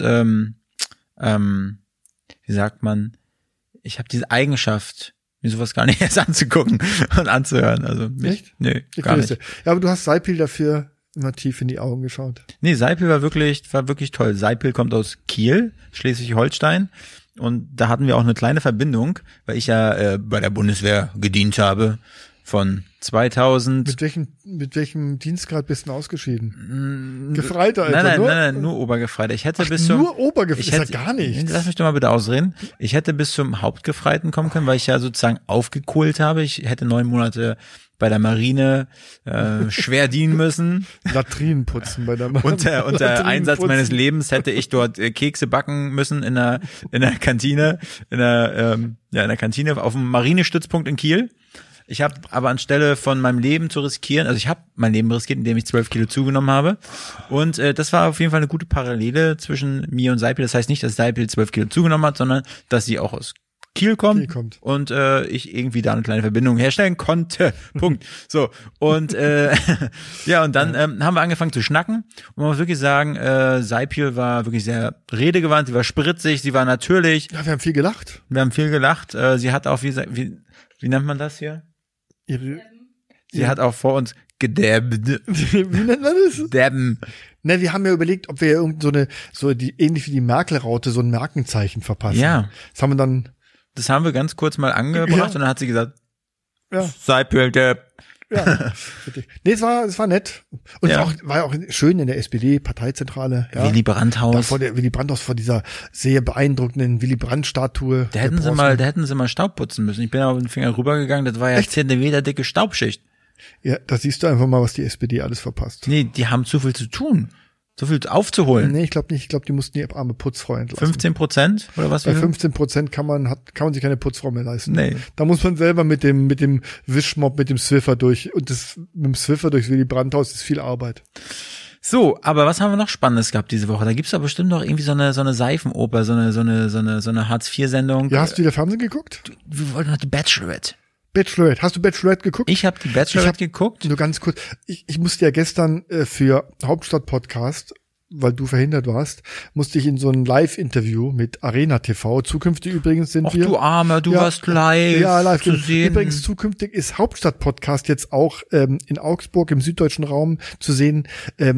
sagt man, ich habe diese Eigenschaft, mir sowas gar nicht erst anzugucken und anzuhören. Also echt? Nee, gar nicht. Ja, aber du hast Saipil dafür immer tief in die Augen geschaut. Nee, Saipil war wirklich toll. Saipil kommt aus Kiel, Schleswig-Holstein. Und da hatten wir auch eine kleine Verbindung, weil ich ja bei der Bundeswehr gedient von 2000. Mit welchem Dienstgrad bist du ausgeschieden? Gefreiter, Alter. Nein, nur Obergefreiter. Ich hätte nur Obergefreiter, ist ja gar nichts. Lass mich doch mal bitte ausreden. Ich hätte bis zum Hauptgefreiten kommen können, weil ich ja sozusagen aufgekohlt habe. Ich hätte 9 Monate bei der Marine schwer dienen müssen. Latrinen putzen bei der Marine. Unter Einsatz meines Lebens hätte ich dort Kekse backen müssen in der Kantine, in der Kantine auf dem Marinestützpunkt in Kiel. Ich habe aber anstelle von meinem Leben zu riskieren, also ich habe mein Leben riskiert, indem ich 12 Kilo zugenommen habe. Und das war auf jeden Fall eine gute Parallele zwischen mir und Saipil. Das heißt nicht, dass Saipil 12 Kilo zugenommen hat, sondern dass sie auch aus Kiel kommt. Und ich irgendwie da eine kleine Verbindung herstellen konnte. Punkt. So. Und ja, und dann haben wir angefangen zu schnacken. Und man muss wirklich sagen, Saipil war wirklich sehr redegewandt, sie war spritzig, sie war natürlich. Ja, wir haben viel gelacht. Sie hat auch, wie nennt man das hier? Sie hat auch vor uns gedabbt. Wie nennt man das? Dabben. Ne, wir haben ja überlegt, ob wir irgend ähnlich wie die Merkel-Raute so ein Markenzeichen verpassen. Ja. Das haben wir ganz kurz mal angebracht und dann hat sie gesagt, ja. Saipil, ja. Nee, es war nett. Und war auch schön in der SPD-Parteizentrale. Ja. Willy Brandt-Haus. Willy Brandt-Haus vor dieser sehr beeindruckenden Willy Brandt-Statue. Da hätten sie mal Staub putzen müssen. Ich bin auf den Finger rübergegangen, das war ja 10 Zentimeter dicke Staubschicht. Ja, da siehst du einfach mal, was die SPD alles verpasst. Nee, die haben zu viel zu tun. So viel aufzuholen. Nee, ich glaube nicht. Ich glaube, die mussten die arme Putzfrau entlassen. 15% oder was? Bei 15% kann man sich keine Putzfrau mehr leisten. Nee. Da muss man selber mit dem Wischmopp, mit dem Swiffer durch. Und mit dem Swiffer durchs Willy Brandt-Haus ist viel Arbeit. So, aber was haben wir noch Spannendes gehabt diese Woche? Da gibt's doch bestimmt noch irgendwie so eine Seifenoper, so eine Hartz-IV-Sendung. Ja, hast du wieder Fernsehen geguckt? Wir wollten noch die Bachelorette. Hast du Bachelorette geguckt? Ich habe die Bachelorette geguckt. Nur ganz kurz. Ich musste ja gestern für Hauptstadt-Podcast, weil du verhindert warst, musste ich in so ein Live-Interview mit Arena TV. Zukünftig übrigens sind wir. Ach du Armer, du warst live. Ja, live zu sehen. Übrigens zukünftig ist Hauptstadt-Podcast jetzt auch in Augsburg im süddeutschen Raum zu sehen. Bei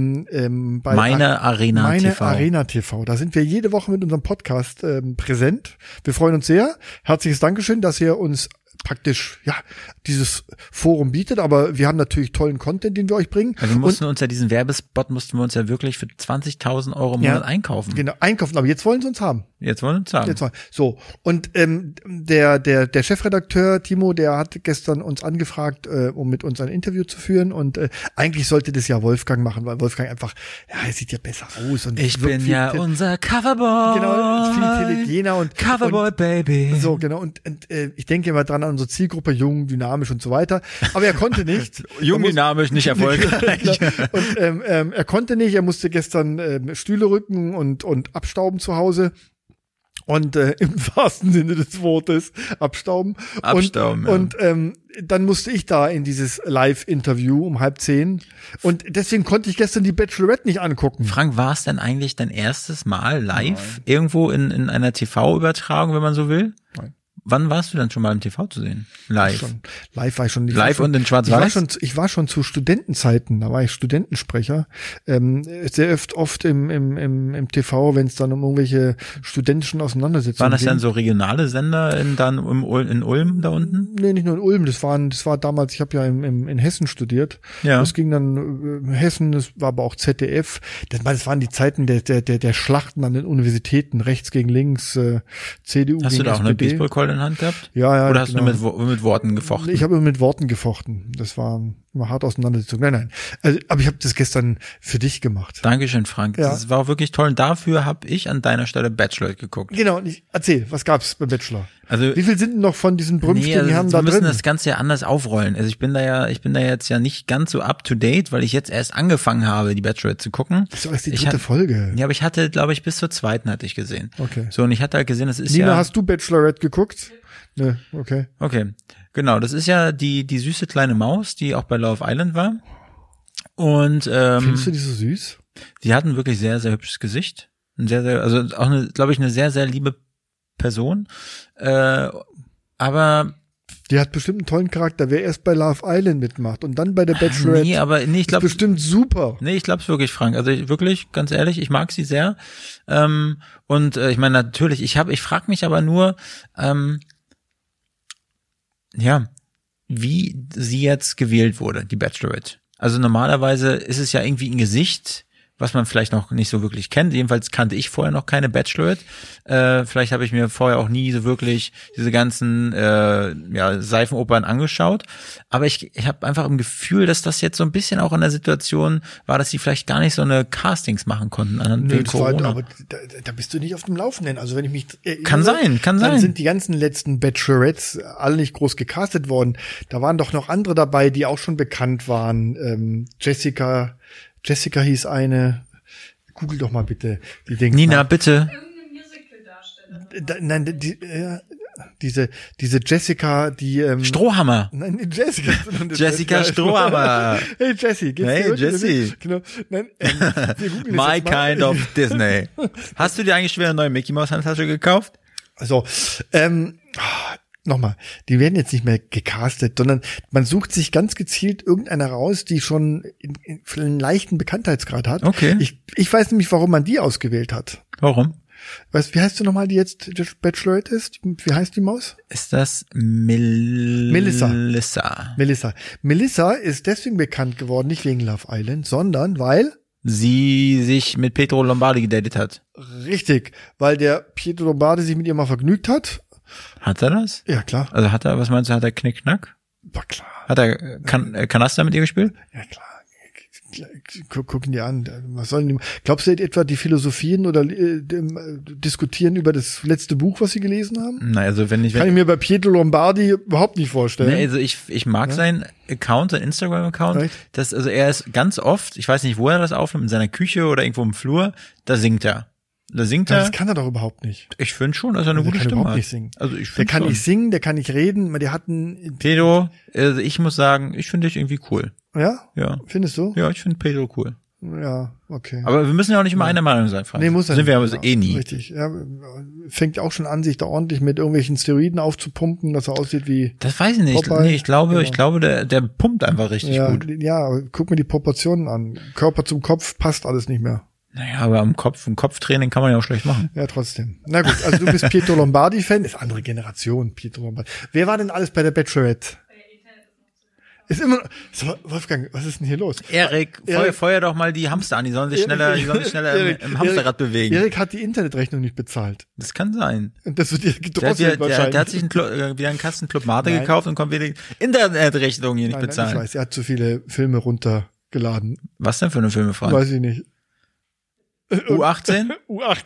Meine Arena TV. Da sind wir jede Woche mit unserem Podcast präsent. Wir freuen uns sehr. Herzliches Dankeschön, dass ihr uns praktisch, dieses Forum bietet, aber wir haben natürlich tollen Content, den wir euch bringen. Also diesen Werbespot mussten wir uns ja wirklich für 20.000 Euro im Monat einkaufen. Genau, einkaufen, aber jetzt wollen sie uns haben. So. Und der Chefredakteur Timo, der hat gestern uns angefragt, um mit uns ein Interview zu führen und eigentlich sollte das ja Wolfgang machen, weil Wolfgang einfach, er sieht ja besser aus. Und ich bin ja unser Coverboy. Genau, viel Telegener und Coverboy Baby. So, genau. Und ich denke immer dran an unsere Zielgruppe, jung, dynamisch und so weiter. Aber er konnte nicht. Jung, dynamisch, nicht erfolgreich. Und er konnte nicht, er musste gestern Stühle rücken und abstauben zu Hause. Und im wahrsten Sinne des Wortes abstauben. Und dann musste ich da in dieses Live-Interview um 9:30. Und deswegen konnte ich gestern die Bachelorette nicht angucken. Frank, war es denn eigentlich dein erstes Mal live irgendwo in einer TV-Übertragung, wenn man so will? Nein. Wann warst du dann schon mal im TV zu sehen? Live? Live war ich schon. Live und in Schwarz-Weiß? Ich war schon zu Studentenzeiten, da war ich Studentensprecher. Sehr oft im TV, wenn es dann um irgendwelche studentischen Auseinandersetzungen Waren das dann so regionale Sender in Ulm da unten? Nee, nicht nur in Ulm. Das war damals, ich habe ja in Hessen studiert. Ja. Das ging dann Hessen, das war aber auch ZDF. Das waren die Zeiten der Schlachten an den Universitäten, rechts gegen links, CDU Hast gegen du da auch SPD. eine Baseballkeule in der Hand gehabt? Ja. Oder hast du nur mit Worten gefochten? Ich habe immer mit Worten gefochten. Das war immer hart Auseinandersetzung. Nein. Also, aber ich habe das gestern für dich gemacht. Dankeschön, Frank. Ja. Das war auch wirklich toll. Und dafür habe ich an deiner Stelle Bachelorette geguckt. Genau. Erzähl, was gab's beim Bachelor? Also, wie viel sind denn noch von diesen berühmten Herren da drin? Wir müssen das Ganze ja anders aufrollen. Also ich bin da jetzt ja nicht ganz so up to date, weil ich jetzt erst angefangen habe, die Bachelorette zu gucken. Das ist doch erst die dritte Folge. Ja, aber ich hatte, glaube ich, bis zur zweiten hatte ich gesehen. Okay. So, und ich hatte halt gesehen, das ist Nina, hast du Bachelorette geguckt? Ne, okay. Okay, genau. Das ist ja die süße kleine Maus, die auch bei Love Island war. Und findest du die so süß? Die hat ein wirklich sehr, sehr hübsches Gesicht. Also auch glaube ich, eine sehr, sehr liebe Person. Aber die hat bestimmt einen tollen Charakter. Wer erst bei Love Island mitmacht und dann bei der Bachelorette, ich glaube bestimmt super. Nee, ich glaub's wirklich, Frank. Also wirklich, ganz ehrlich, ich mag sie sehr. Ich meine natürlich, ich frage mich aber nur, wie sie jetzt gewählt wurde, die Bachelorette. Also normalerweise ist es ja irgendwie ein Gesicht, was man vielleicht noch nicht so wirklich kennt. Jedenfalls kannte ich vorher noch keine Bachelorette. Vielleicht habe ich mir vorher auch nie so wirklich diese ganzen Seifenopern angeschaut. Aber ich habe einfach im Gefühl, dass das jetzt so ein bisschen auch in der Situation war, dass sie vielleicht gar nicht so eine Castings machen konnten. Wegen Corona. Aber da bist du nicht auf dem Laufenden. Also wenn ich mich Kann sein. Dann sind die ganzen letzten Bachelorettes alle nicht groß gecastet worden. Da waren doch noch andere dabei, die auch schon bekannt waren. Jessica hieß eine. Google doch mal bitte. Nina, bitte. Irgendein Musical-Darsteller. Diese Jessica, die Strohhammer. Nein, Jessica. Jessica Strohhammer. Hey Jessie, geht's dir? Hey Jessie. Genau. Nein, My kind of Disney. Hast du dir eigentlich schon wieder eine neue Mickey Mouse Handtasche gekauft? Also, nochmal, die werden jetzt nicht mehr gecastet, sondern man sucht sich ganz gezielt irgendeiner raus, die schon einen leichten Bekanntheitsgrad hat. Okay. Ich weiß nämlich, warum man die ausgewählt hat. Warum? Weißt, wie heißt du nochmal, die jetzt Bachelorette ist? Wie heißt die Maus? Ist das Melissa. Melissa ist deswegen bekannt geworden, nicht wegen Love Island, sondern weil sie sich mit Pietro Lombardi gedatet hat. Richtig, weil der Pietro Lombardi sich mit ihr mal vergnügt hat. Hat er das? Ja, klar. Also was meinst du, hat er Knick-Knack? War klar. Hat er Kanaster mit ihr gespielt? Ja, klar. Gucken die an. Was sollen die? Glaubst du etwa, die philosophieren oder diskutieren über das letzte Buch, was sie gelesen haben? Nein, also kann ich mir bei Pietro Lombardi überhaupt nicht vorstellen. Nee, also ich mag seinen Account, seinen Instagram-Account. Also er ist ganz oft, ich weiß nicht, wo er das aufnimmt, in seiner Küche oder irgendwo im Flur, da singt er. Das kann er doch überhaupt nicht. Ich finde schon, dass er eine gute Stimme hat. Nicht singen. Also ich der kann nicht singen, der kann nicht reden. Der hat Pedro, also ich muss sagen, ich finde dich irgendwie cool. Ja? Ja. Findest du? Ja, ich finde Pedro cool. Ja, okay. Aber wir müssen ja auch nicht immer einer Meinung sein, Frank. Nee, muss sind wir aber eh nie. Richtig. Ja, fängt auch schon an, sich da ordentlich mit irgendwelchen Steroiden aufzupumpen, dass er aussieht wie Das weiß ich nicht. Popeye. Nee, ich glaube, der pumpt einfach richtig gut. Ja, guck mir die Proportionen an. Körper zum Kopf passt alles nicht mehr. Naja, aber im Kopftraining kann man ja auch schlecht machen. Ja, trotzdem. Na gut, also du bist Pietro Lombardi-Fan, ist andere Generation, Pietro Lombardi. Wer war denn alles bei der Bachelorette? Ist immer so, Wolfgang, was ist denn hier los? Erik, feuer doch mal die Hamster an, die sollen sich schneller im Hamsterrad bewegen. Erik hat die Internetrechnung nicht bezahlt. Das kann sein. Und das wird dir gedrosselt wahrscheinlich. Der hat sich wieder einen Kasten Club Mate gekauft und kommt wieder die Internetrechnung hier nicht bezahlen. Ich weiß, er hat zu viele Filme runtergeladen. Was denn für eine Filme, Frank? Weiß ich nicht. U18?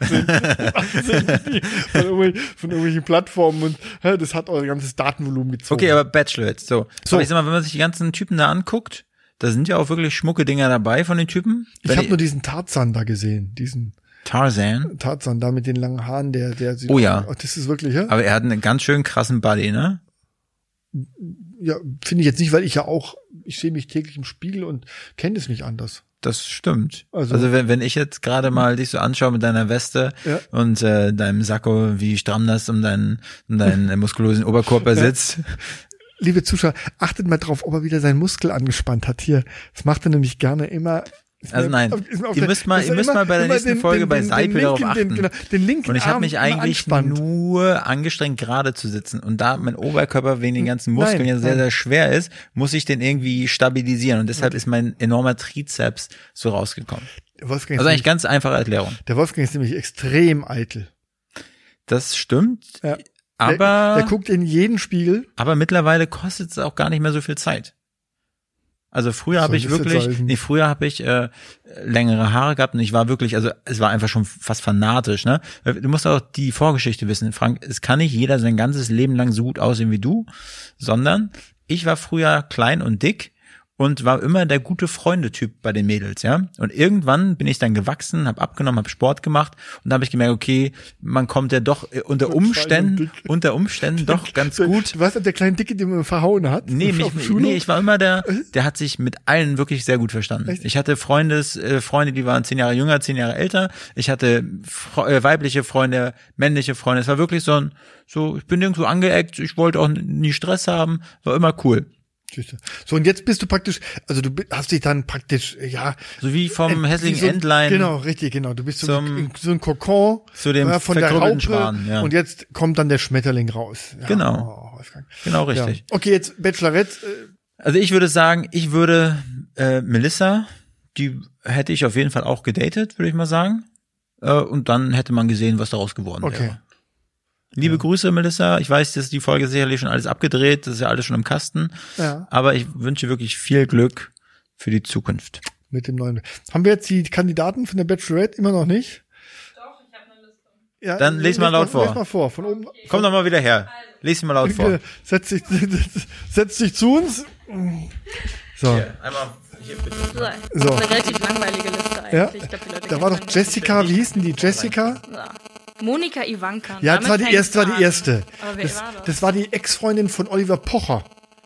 U18 von irgendwelchen Plattformen und das hat euer ganzes Datenvolumen gezogen. Okay, aber Bachelorette, so. Aber ich sag mal, wenn man sich die ganzen Typen da anguckt, da sind ja auch wirklich schmucke Dinger dabei von den Typen. Ich habe nur diesen Tarzan da gesehen, Tarzan, da mit den langen Haaren, der oh ja. Das ist wirklich, ja. Aber er hat einen ganz schön krassen Body, ne? Ja, finde ich jetzt nicht, weil ich sehe mich täglich im Spiegel und kenne es nicht anders. Das stimmt. Also wenn ich jetzt gerade mal dich so anschaue mit deiner Weste und deinem Sakko, wie stramm das um deinen muskulösen Oberkörper sitzt. Liebe Zuschauer, achtet mal drauf, ob er wieder seinen Muskel angespannt hat. Hier, das macht er nämlich gerne immer. Also nein, ihr müsst mal bei der nächsten Folge bei Seipel darauf achten. Den linken und ich habe mich eigentlich nur angestrengt, gerade zu sitzen. Und da mein Oberkörper wegen den ganzen Muskeln ja sehr, sehr schwer ist, muss ich den irgendwie stabilisieren. Und deshalb ist mein enormer Trizeps so rausgekommen. Also eigentlich ganz einfache Erklärung. Der Wolfgang ist nämlich extrem eitel. Das stimmt. Ja. Aber der guckt in jeden Spiegel. Aber mittlerweile kostet es auch gar nicht mehr so viel Zeit. Also früher habe ich längere Haare gehabt und ich war wirklich, also es war einfach schon fast fanatisch, ne? Du musst auch die Vorgeschichte wissen, Frank, es kann nicht jeder sein ganzes Leben lang so gut aussehen wie du, sondern ich war früher klein und dick und war immer der gute Freundetyp bei den Mädels, ja. Und irgendwann bin ich dann gewachsen, habe abgenommen, habe Sport gemacht und da habe ich gemerkt, okay, man kommt ja doch unter Umständen doch ganz gut. Du warst der kleine Dicke, den man verhauen hat? Nee, ich war immer der hat sich mit allen wirklich sehr gut verstanden. Echt? Ich hatte Freunde, die waren 10 Jahre jünger, 10 Jahre älter. Ich hatte weibliche Freunde, männliche Freunde. Es war wirklich so, ich bin nirgendwo angeeckt, ich wollte auch nie Stress haben, war immer cool. So, und jetzt bist du praktisch, also du hast dich dann praktisch, ja. So wie vom hässlichen Entlein. Genau, richtig, genau. Du bist so ein Kokon zu dem von der Raupe Schwan, ja. Und jetzt kommt dann der Schmetterling raus. Ja, genau. Genau, richtig. Ja. Okay, jetzt Bachelorette. Also ich würde sagen, Melissa, die hätte ich auf jeden Fall auch gedatet, würde ich mal sagen. Und dann hätte man gesehen, was daraus geworden wäre. Liebe Grüße, Melissa. Ich weiß, dass die Folge sicherlich schon alles abgedreht, das ist ja alles schon im Kasten. Ja. Aber ich wünsche wirklich viel Glück für die Zukunft. Mit dem neuen. Haben wir jetzt die Kandidaten von der Bachelorette immer noch nicht? Doch, ich habe eine Liste. Ja, dann les mal laut vor. Les mal vor, von oben. Okay. Komm doch mal wieder her. Les sie mal laut vor. Setz dich zu uns. So. Hier, einmal hier bitte. So. Das ist eine relativ langweilige Liste eigentlich. Ja. Ich glaub, die Leute da war doch Jessica, wie hieß denn die? Jessica? Ja. Monika Ivanka. Ja, das war die erste. Aber wer war das? Das war die Ex-Freundin von Oliver Pocher.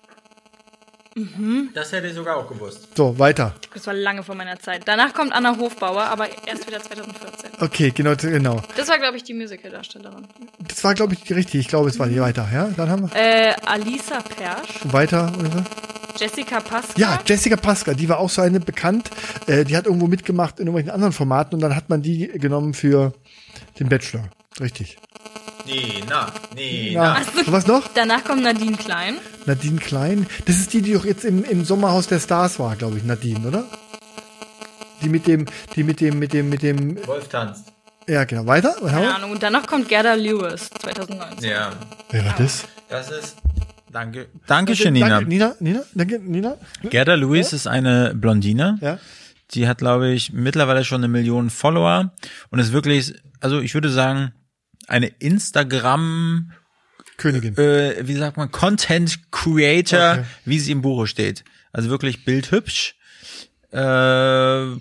Mhm. Das hätte ich sogar auch gewusst. So, weiter. Das war lange vor meiner Zeit. Danach kommt Anna Hofbauer, aber erst wieder 2014. Okay, genau. Das war, glaube ich, die Musical-Darstellerin. Das war, glaube ich, die richtige. Ich glaube, es war die weiter. Ja, dann haben wir. Alisa Persch. Weiter, oder? Jessica Pasca. Ja, Jessica Pasca, die war auch so eine bekannt. Die hat irgendwo mitgemacht in irgendwelchen anderen Formaten und dann hat man die genommen für den Bachelor. Richtig. Nina. So, was noch? Danach kommt Nadine Klein. Nadine Klein. Das ist die doch jetzt im Sommerhaus der Stars war, glaube ich, Nadine, oder? Die mit dem Wolf tanzt. Ja, genau. Weiter? Keine Ahnung. Und danach kommt Gerda Lewis, 2019. Ja. Wer war das? Das ist Dankeschön, Nina. Danke, Nina. Gerda Lewis ist eine Blondine. Ja. Die hat, glaube ich, mittlerweile schon 1 Million Follower und ist wirklich, also ich würde sagen, eine Instagram Königin. Wie sagt man, Content Creator, wie sie im Buche steht. Also wirklich bildhübsch. In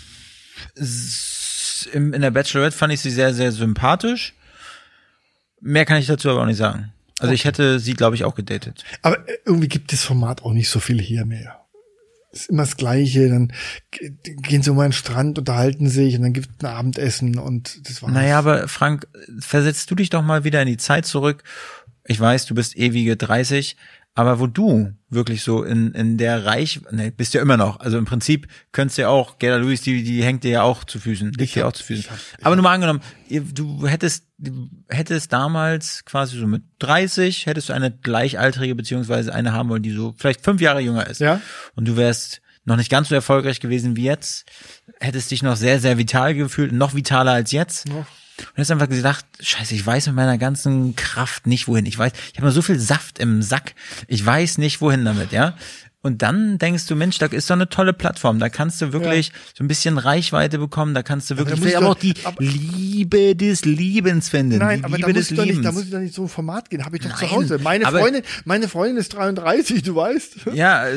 der Bachelorette fand ich sie sehr, sehr sympathisch. Mehr kann ich dazu aber auch nicht sagen. Also ich hätte sie, glaube ich, auch gedatet. Aber irgendwie gibt das Format auch nicht so viel hier mehr. Ist immer das Gleiche, dann gehen sie um einen Strand, unterhalten sich und dann gibt es ein Abendessen und das war's. Naja, aber Frank, versetzt du dich doch mal wieder in die Zeit zurück. Ich weiß, du bist ewige 30, aber wo du wirklich so in der bist ja immer noch. Also im Prinzip könntest du ja auch, Gerda Lewis, die hängt dir ja auch zu Füßen, liegt dir auch zu Füßen. Aber nur mal angenommen, du hättest damals quasi so mit 30, hättest du eine gleichaltrige beziehungsweise eine haben wollen, die so vielleicht 5 Jahre jünger ist. Ja. Und du wärst noch nicht ganz so erfolgreich gewesen wie jetzt, hättest dich noch sehr, sehr vital gefühlt, noch vitaler als jetzt. Ja. Und hast einfach gedacht, scheiße, ich weiß mit meiner ganzen Kraft nicht wohin. Ich habe noch so viel Saft im Sack. Ich weiß nicht wohin damit, ja. Und dann denkst du, Mensch, da ist doch eine tolle Plattform. Da kannst du wirklich so ein bisschen Reichweite bekommen. Da kannst du wirklich aber auch die Liebe des Liebens finden. Nein, aber da muss ich doch nicht so ein Format gehen. Habe ich doch zu Hause. Meine Freundin ist 33, du weißt. Ja,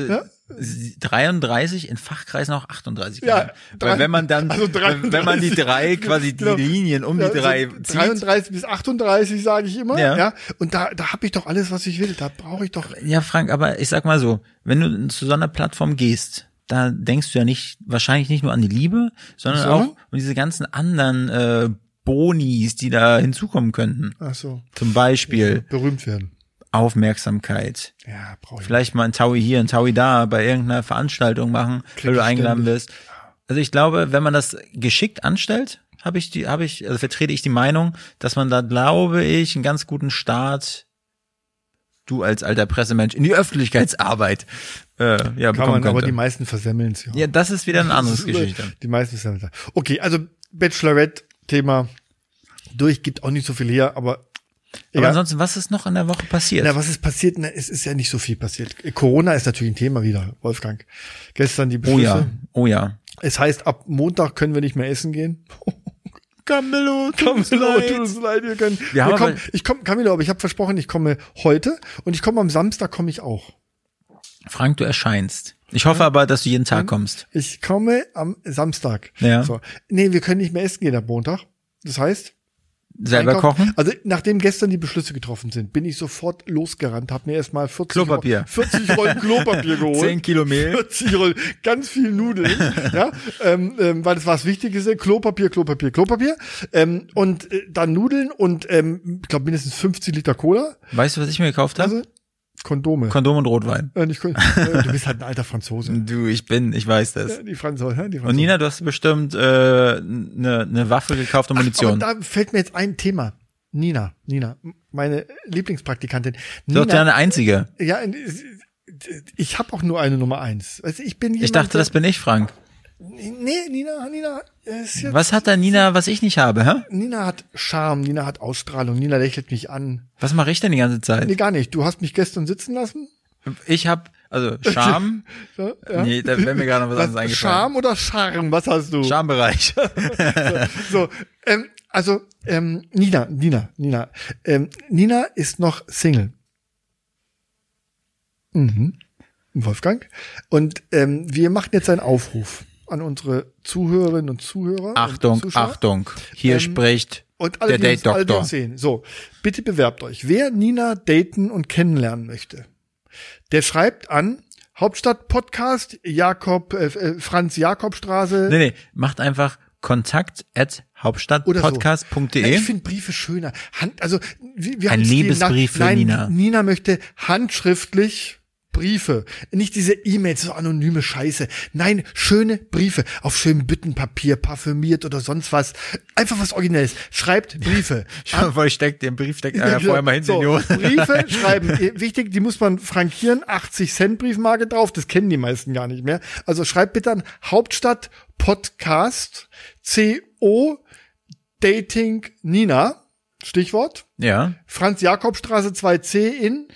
33, in Fachkreisen auch 38 ja, weil wenn man dann, also wenn man die drei, quasi die Linien um die drei zieht. 33 bis 38 sage ich immer, ja. Und da habe ich doch alles, was ich will, da brauche ich doch. Ja, Frank, aber ich sag mal so, wenn du zu so einer Plattform gehst, da denkst du ja wahrscheinlich nicht nur an die Liebe, sondern auch um diese ganzen anderen Bonis, die da hinzukommen könnten. Ach so. Zum Beispiel. Berühmt werden. Aufmerksamkeit. Ja, brauche ich. Vielleicht mal ein Taui hier, ein Taui da bei irgendeiner Veranstaltung machen, weil du eingeladen wirst. Also ich glaube, wenn man das geschickt anstellt, vertrete ich die Meinung, dass man da, glaube ich, einen ganz guten Start, du als alter Pressemensch, in die Öffentlichkeitsarbeit bekommen könnte. Aber die meisten versemmeln es ja. Ja, das ist wieder eine andere Geschichte. Die meisten versemmeln es. Okay, also Bachelorette-Thema gibt auch nicht so viel her, aber ansonsten, was ist noch in der Woche passiert? Was ist passiert? Es ist ja nicht so viel passiert. Corona ist natürlich ein Thema wieder, Wolfgang. Gestern die Beschlüsse. Oh ja. Es heißt, ab Montag können wir nicht mehr essen gehen. Camillo, tut uns leid, wir können. Camillo, aber ich habe versprochen, ich komme heute und ich komme am Samstag, komme ich auch. Frank, du erscheinst. Ich hoffe aber, dass du jeden Tag kommst. Ich komme am Samstag. Ja. So. Nee, wir können nicht mehr essen gehen ab Montag. Das heißt, selber kochen? Also nachdem gestern die Beschlüsse getroffen sind, bin ich sofort losgerannt, habe mir erstmal 40 Rollen Klopapier geholt. 10 Kilo Mehl. 40 Rollen, ganz viel Nudeln, ja, weil das war das Wichtigste, Klopapier. Und dann Nudeln und ich glaube mindestens 50 Liter Cola. Weißt du, was ich mir gekauft habe? Also, Kondome und Rotwein. Du bist halt ein alter Franzose. Ich weiß das. Ja, die Franzosen. Und Nina, du hast bestimmt eine Waffe gekauft und Munition. Aber da fällt mir jetzt ein Thema. Nina, meine Lieblingspraktikantin. Du bist ja eine einzige. Ja, ich habe auch nur eine Nummer 1. Also ich dachte, das bin ich, Frank. Nee, Nina ist jetzt. Was hat da Nina, was ich nicht habe, hä? Nina hat Charme, Nina hat Ausstrahlung, Nina lächelt mich an. Was mache ich denn die ganze Zeit? Nee, gar nicht. Du hast mich gestern sitzen lassen. Ich habe, also Charme. So, ja. Nee, da wäre mir gerade noch was anderes eingefallen. Charme oder Charme, was hast du? Charmebereich. Nina. Nina ist noch Single. Wolfgang. Und wir machen jetzt einen Aufruf an unsere Zuhörerinnen und Zuhörer. Achtung. Hier spricht und alle, der Date-Doktor. So, bitte bewerbt euch. Wer Nina daten und kennenlernen möchte, der schreibt an Hauptstadt-Podcast, Franz Jakobstraße. Nee, macht einfach kontakt@hauptstadtpodcast.de. So. Ich finde Briefe schöner. Ein Liebesbrief für Nina. Nina möchte handschriftlich Briefe, nicht diese E-Mails, so anonyme Scheiße. Nein, schöne Briefe auf schönem Büttenpapier, parfümiert oder sonst was. Einfach was Originelles. Schreibt Briefe. Den Brief steckt vorher mal hinten. So, Briefe schreiben. Wichtig, die muss man frankieren. 80 Cent Briefmarke drauf. Das kennen die meisten gar nicht mehr. Also schreibt bitte an Hauptstadt Podcast CO Dating Nina. Stichwort. Ja. Franz Jakobstraße 2C in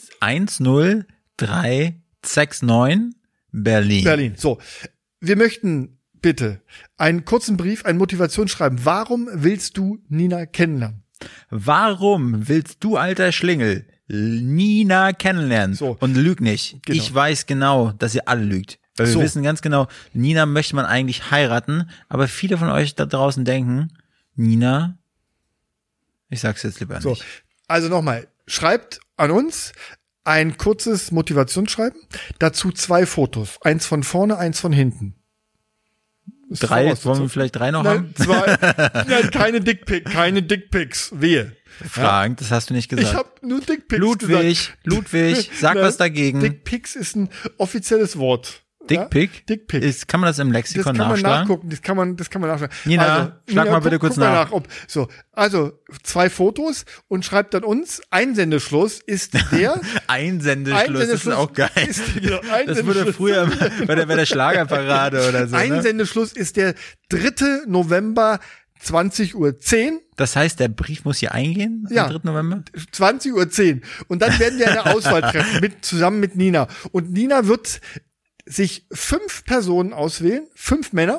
10369 Berlin. So, wir möchten bitte einen kurzen Brief, ein Motivationsschreiben. Warum willst du Nina kennenlernen? Warum willst du, alter Schlingel, Nina kennenlernen? So. Und lüg nicht. Genau. Ich weiß genau, dass ihr alle lügt. Weil wir wissen ganz genau, Nina möchte man eigentlich heiraten, aber viele von euch da draußen denken, Nina, ich sag's jetzt lieber nicht. Also nochmal, schreibt an uns ein kurzes Motivationsschreiben, dazu 2 Fotos. Eins von vorne, eins von hinten. 3, wollen wir vielleicht 3 noch haben? 2. Nein, keine Dickpics, wehe. Frank, das hast du nicht gesagt. Ich habe nur Dickpics gesagt. Ludwig, sag was dagegen. Dickpics ist ein offizielles Wort. Dickpic? Dickpic. Kann man das im Lexikon nachschlagen? Das kann man nachschauen. Nina, schlag mal bitte kurz nach. Also 2 Fotos und schreibt dann uns, Einsendeschluss ist der. Einsendeschluss ist auch geil. Das wurde früher bei der Schlagerparade oder so. Einsendeschluss ist der 3. November 20:10 Uhr. Das heißt, der Brief muss hier eingehen am 3. November? 20:10 Uhr. Und dann werden wir eine Auswahl treffen, zusammen mit Nina. Und Nina wird sich 5 Personen auswählen, 5 Männer,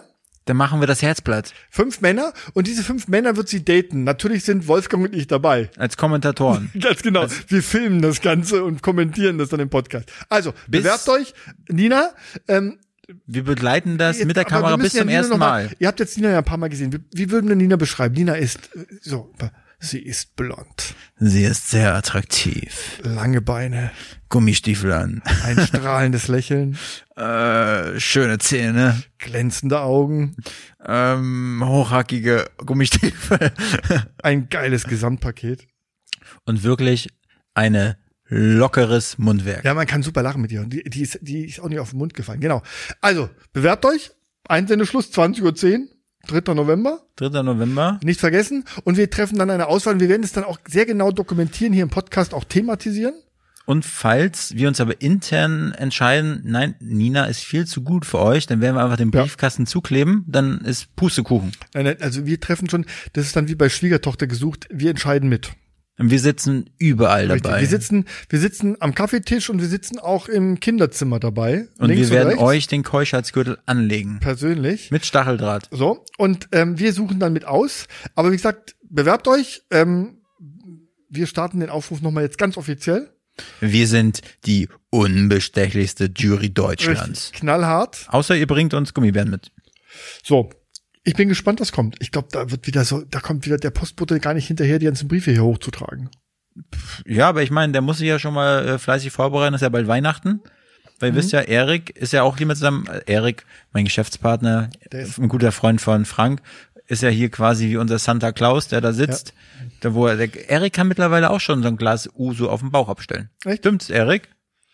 Dann machen wir das Herzblatt. 5 Männer und diese 5 Männer wird sie daten. Natürlich sind Wolfgang und ich dabei. Als Kommentatoren. Ganz genau. Wir filmen das Ganze und kommentieren das dann im Podcast. Also, bewerbt euch. Nina, wir begleiten das mit der Kamera bis zum ersten Mal. Ihr habt jetzt Nina ja ein paar Mal gesehen. Wie würden wir Nina beschreiben? Nina ist sie ist blond. Sie ist sehr attraktiv. Lange Beine. Gummistiefel an. Ein strahlendes Lächeln. Schöne Zähne. Glänzende Augen. Hochhackige Gummistiefel. Ein geiles Gesamtpaket. Und wirklich eine lockeres Mundwerk. Ja, man kann super lachen mit ihr. Die ist auch nicht auf den Mund gefallen. Genau. Also, bewerbt euch. Einsendeschluss 20:10 Uhr. 3. November. 3. November. Nicht vergessen. Und wir treffen dann eine Auswahl. Und wir werden es dann auch sehr genau dokumentieren, hier im Podcast auch thematisieren. Und falls wir uns aber intern entscheiden, nein, Nina ist viel zu gut für euch, dann werden wir einfach den Briefkasten zukleben, dann ist Pustekuchen. Nein, also wir treffen schon, das ist dann wie bei Schwiegertochter gesucht, wir entscheiden mit. Und wir sitzen überall Richtig. dabei. Wir sitzen am Kaffeetisch und wir sitzen auch im Kinderzimmer dabei. Und wir werden euch den Keuschheitsgürtel anlegen. Persönlich. Mit Stacheldraht. So, und wir suchen dann mit aus. Aber wie gesagt, bewerbt euch. Wir starten den Aufruf nochmal jetzt ganz offiziell. Wir sind die unbestechlichste Jury Deutschlands. Richtig, knallhart. Außer ihr bringt uns Gummibären mit. So. Ich bin gespannt, was kommt. Ich glaube, da kommt wieder der Postbote gar nicht hinterher, die ganzen Briefe hier hochzutragen. Ja, aber ich meine, der muss sich ja schon mal fleißig vorbereiten, ist ja bald Weihnachten. Weil ihr wisst ja, Erik ist ja auch hier mit zusammen. Erik, mein Geschäftspartner, ein guter Freund von Frank, ist ja hier quasi wie unser Santa Claus, der da sitzt. Ja. Erik kann mittlerweile auch schon so ein Glas Uso auf den Bauch abstellen. Echt? Stimmt's, Erik?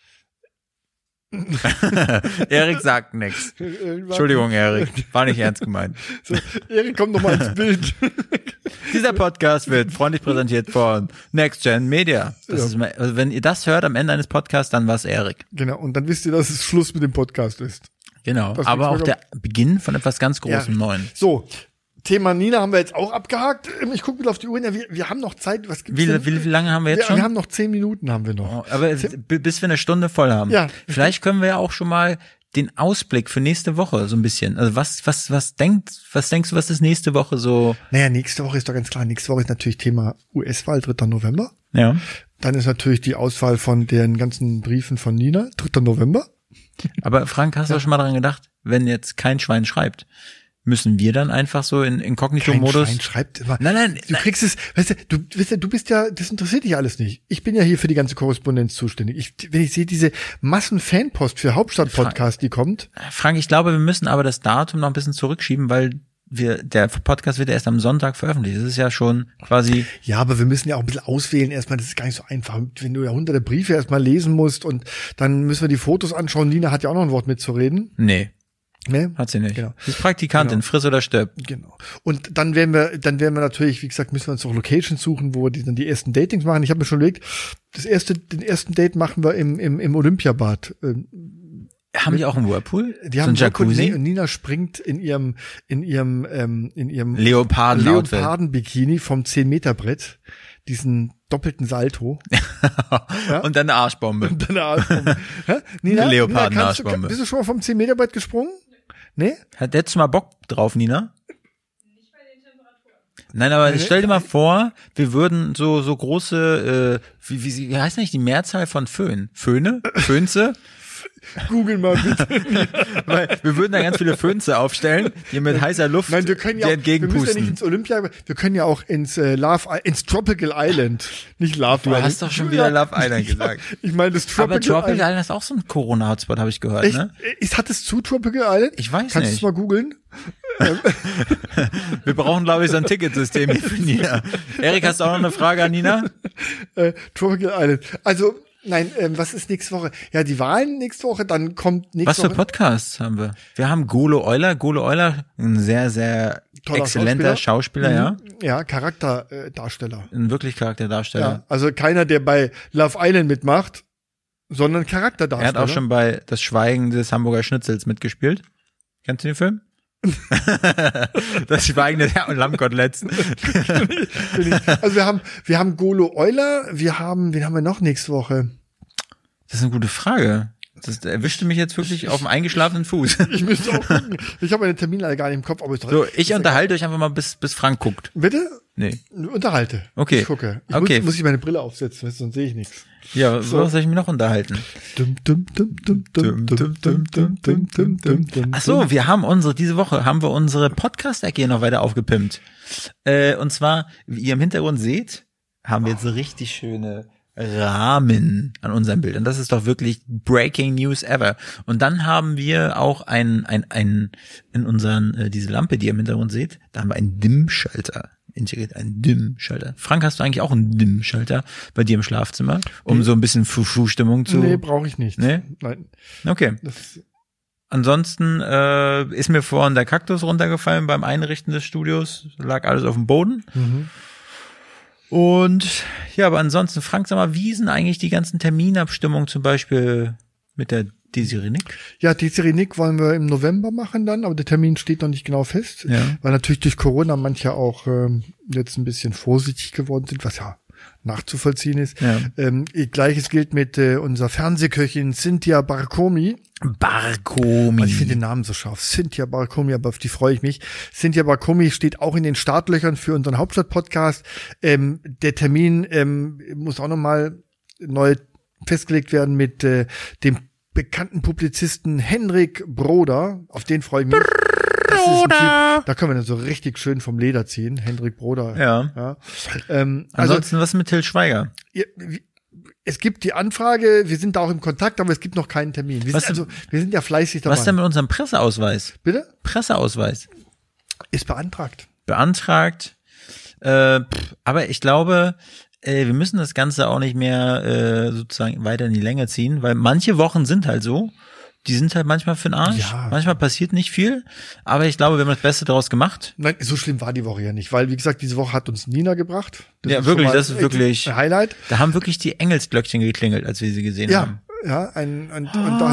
Erik sagt nichts. Entschuldigung, Erik. War nicht ernst gemeint. So, Erik, komm noch mal ins Bild. Dieser Podcast wird freundlich präsentiert von Next Gen Media. Also wenn ihr das hört am Ende eines Podcasts, dann war's Erik. Genau, und dann wisst ihr, dass es Schluss mit dem Podcast ist. Genau, aber auch der Beginn von etwas ganz Großem Neuen. So, Thema Nina haben wir jetzt auch abgehakt. Ich gucke wieder auf die Uhr. Wir haben noch Zeit. Was gibt's denn? Wie lange haben wir jetzt schon? Wir haben noch 10 Minuten haben wir noch. Oh, aber bis wir eine Stunde voll haben. Ja. Vielleicht können wir ja auch schon mal den Ausblick für nächste Woche so ein bisschen. Also was denkst du, was ist nächste Woche so? Naja, nächste Woche ist doch ganz klar. Nächste Woche ist natürlich Thema US-Wahl, 3. November. Ja. Dann ist natürlich die Auswahl von den ganzen Briefen von Nina, 3. November. Aber Frank, hast du schon mal daran gedacht, wenn jetzt kein Schwein schreibt, müssen wir dann einfach so in Inkognito-Modus? Kein Schwein schreibt immer. Nein. Du kriegst es, du bist ja, das interessiert dich alles nicht. Ich bin ja hier für die ganze Korrespondenz zuständig. Wenn ich sehe diese Massen-Fanpost für Hauptstadt-Podcast, die kommt. Frank, ich glaube, wir müssen aber das Datum noch ein bisschen zurückschieben, weil der Podcast wird ja erst am Sonntag veröffentlicht. Das ist ja schon quasi. Ja, aber wir müssen ja auch ein bisschen auswählen erstmal. Das ist gar nicht so einfach. Wenn du ja hunderte Briefe erstmal lesen musst und dann müssen wir die Fotos anschauen. Nina hat ja auch noch ein Wort mitzureden. Nee. Nee? Hat sie nicht. Genau. Sie ist Praktikantin, genau. Friss oder stirb. Genau. Und dann werden wir natürlich, wie gesagt, müssen wir uns auch Locations suchen, wo wir dann die ersten Datings machen. Ich habe mir schon überlegt, den ersten Date machen wir im Olympiabad. Haben die auch einen Whirlpool? Die haben einen Jacuzzi. Und Nina springt in ihrem Leoparden-Bikini vom 10-Meter-Brett, diesen doppelten Salto. Ja? Und dann eine Arschbombe. Nina, eine Leoparden-Arschbombe. Bist du schon mal vom 10-Meter-Brett gesprungen? Nee? Hättest du mal Bock drauf, Nina? Nicht bei den Temperaturen. Nein, aber stell dir mal vor, wir würden so große, wie heißt nicht die Mehrzahl von Föhn? Föhne? Föhnze? Google mal bitte. Weil wir würden da ganz viele Föhnze aufstellen, die mit heißer Luft entgegenpusten. Wir müssen ja nicht ins Olympia, wir können ja auch ins Tropical Island, nicht Love Island. Du hast doch schon wieder Love Island gesagt. Ich meine das Tropical Island. Aber Tropical Island ist auch so ein Corona-Hotspot, habe ich gehört. Echt? Ne? Hat es zu Tropical Island? Ich weiß nicht. Kannst du es mal googeln? Wir brauchen, glaube ich, so ein Ticketsystem hier für Nina. Erik, hast du auch noch eine Frage an Nina? Tropical Island. Also, nein, was ist nächste Woche? Ja, die Wahlen nächste Woche, dann kommt nächste Woche. Was für Podcasts haben wir? Wir haben Golo Euler. Golo Euler, ein sehr, sehr toller exzellenter Schauspieler, ja. Ja, Charakterdarsteller. Ein wirklich Charakterdarsteller. Ja, also keiner, der bei Love Island mitmacht, sondern Charakterdarsteller. Er hat auch schon bei Das Schweigen des Hamburger Schnitzels mitgespielt. Kennst du den Film? Das Schweigen des Herr- und Lammkoteletten. Also wir haben Golo Euler, wen haben wir noch nächste Woche? Das ist eine gute Frage. Das erwischte mich jetzt wirklich auf dem eingeschlafenen Fuß. Ich müsste auch gucken. Ich habe meine Termine alle gar nicht im Kopf. Aber ich unterhalte euch einfach mal, bis Frank guckt. Bitte? Nee. Unterhalte. Okay. Ich gucke. Muss ich meine Brille aufsetzen, sonst sehe ich nichts. Ja, so soll ich mich noch unterhalten? Ach so, diese Woche haben wir unsere Podcast-Ecke hier noch weiter aufgepimpt. Und zwar, wie ihr im Hintergrund seht, haben wir jetzt so richtig schöne Rahmen an unserem Bild. Und das ist doch wirklich Breaking News ever. Und dann haben wir auch in unseren, diese Lampe, die ihr im Hintergrund seht, da haben wir einen Dimmschalter integriert, einen Dimmschalter. Frank, hast du eigentlich auch einen Dimmschalter bei dir im Schlafzimmer, um so ein bisschen Fu-Fu-Stimmung zu... Nee, brauche ich nicht. Nee? Nein. Okay. Ansonsten ist mir vorhin der Kaktus runtergefallen beim Einrichten des Studios. Lag alles auf dem Boden. Mhm. Und ja, aber ansonsten, Frank, sag mal, wie sind eigentlich die ganzen Terminabstimmungen zum Beispiel mit der Desiree Nick? Ja, Desiree Nick wollen wir im November machen dann, aber der Termin steht noch nicht genau fest, weil natürlich durch Corona manche auch jetzt ein bisschen vorsichtig geworden sind, was ja nachzuvollziehen ist. Ja. Gleiches gilt mit unserer Fernsehköchin Cynthia Barkomi. Also ich finde den Namen so scharf. Cynthia Barkomi, aber auf die freue ich mich. Cynthia Barkomi steht auch in den Startlöchern für unseren Hauptstadt-Podcast. Der Termin muss auch nochmal neu festgelegt werden mit dem bekannten Publizisten Henrik Broder. Auf den freue ich mich. Das ist ein Typ, da können wir dann so richtig schön vom Leder ziehen. Henrik Broder. Ja. Ansonsten was mit Till Schweiger? Es gibt die Anfrage, wir sind da auch im Kontakt, aber es gibt noch keinen Termin. Wir sind ja fleißig dabei. Was denn mit unserem Presseausweis? Bitte? Presseausweis. Ist beantragt. Aber ich glaube, wir müssen das Ganze auch nicht mehr sozusagen weiter in die Länge ziehen, weil manche Wochen sind halt so, die sind halt manchmal für den Arsch. Ja. Manchmal passiert nicht viel, aber ich glaube, wir haben das Beste daraus gemacht. Nein, so schlimm war die Woche ja nicht, weil, wie gesagt, diese Woche hat uns Nina gebracht. Das ist wirklich ein Highlight. Da haben wirklich die Engelsglöckchen geklingelt, als wir sie gesehen haben. Ja, und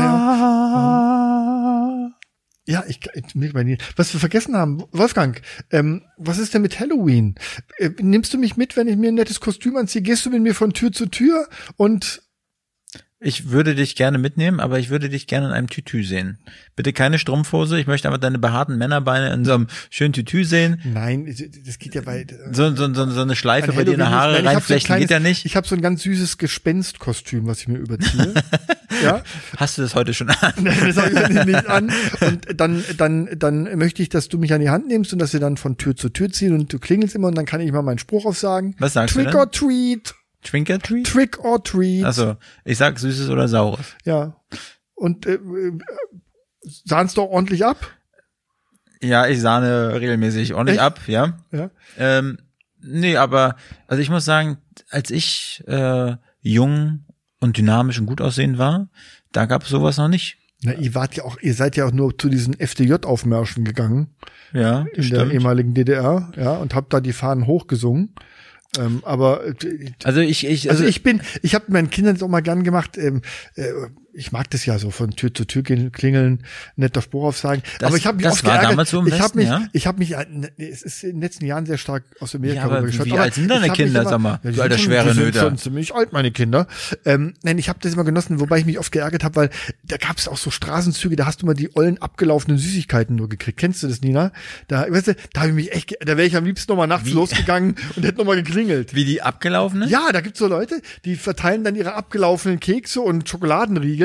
daher. Was wir vergessen haben, Wolfgang, was ist denn mit Halloween? Nimmst du mich mit, wenn ich mir ein nettes Kostüm anziehe? Gehst du mit mir von Tür zu Tür und... Ich würde dich gerne mitnehmen, aber ich würde dich gerne in einem Tütü sehen. Bitte keine Strumpfhose, ich möchte aber deine behaarten Männerbeine in so einem schönen Tütü sehen. Nein, das geht ja weit. So eine Schleife bei dir in die Haare reinflechten geht ja nicht. Ich habe so ein ganz süßes Gespenstkostüm, was ich mir überziehe. Ja. Hast du das heute schon an? Nein, das habe ich nicht an. Und dann möchte ich, dass du mich an die Hand nimmst und dass wir dann von Tür zu Tür ziehen und du klingelst immer und dann kann ich mal meinen Spruch aufsagen. Was sagst du denn? Trick or treat. Trick or treat. Also, ich sag Süßes oder Saures. Ja. Und sahnst du auch ordentlich ab? Ja, ich sahne regelmäßig ordentlich ab, ja. Nee, aber, also ich muss sagen, als ich jung und dynamisch und gut aussehend war, da gab es sowas noch nicht. Na, ihr seid ja auch nur zu diesen FDJ-Aufmärschen gegangen. Ja, in der ehemaligen DDR, ja, und habt da die Fahnen hochgesungen. Aber ich habe meinen Kindern das auch mal gern gemacht. Ich mag das ja so von Tür zu Tür gehen, klingeln, netter Spruch aufsagen. Aber ich habe mich oft geärgert. Damals so im Westen, ich habe mich, es ist in den letzten Jahren sehr stark aus Amerika rübergeschaut. Wie alt sind deine Kinder, sag mal? Du alter schwere Nöter. Die sind schon ziemlich alt, meine Kinder. Nein, ich habe das immer genossen, wobei ich mich oft geärgert habe, weil da gab es auch so Straßenzüge, da hast du mal die ollen abgelaufenen Süßigkeiten nur gekriegt. Kennst du das, Nina? Da, weißt du, da habe ich mich echt, da wäre ich am liebsten nochmal nachts losgegangen und hätte nochmal geklingelt. Wie die abgelaufenen? Ja, da gibt's so Leute, die verteilen dann ihre abgelaufenen Kekse und Schokoladenriegel.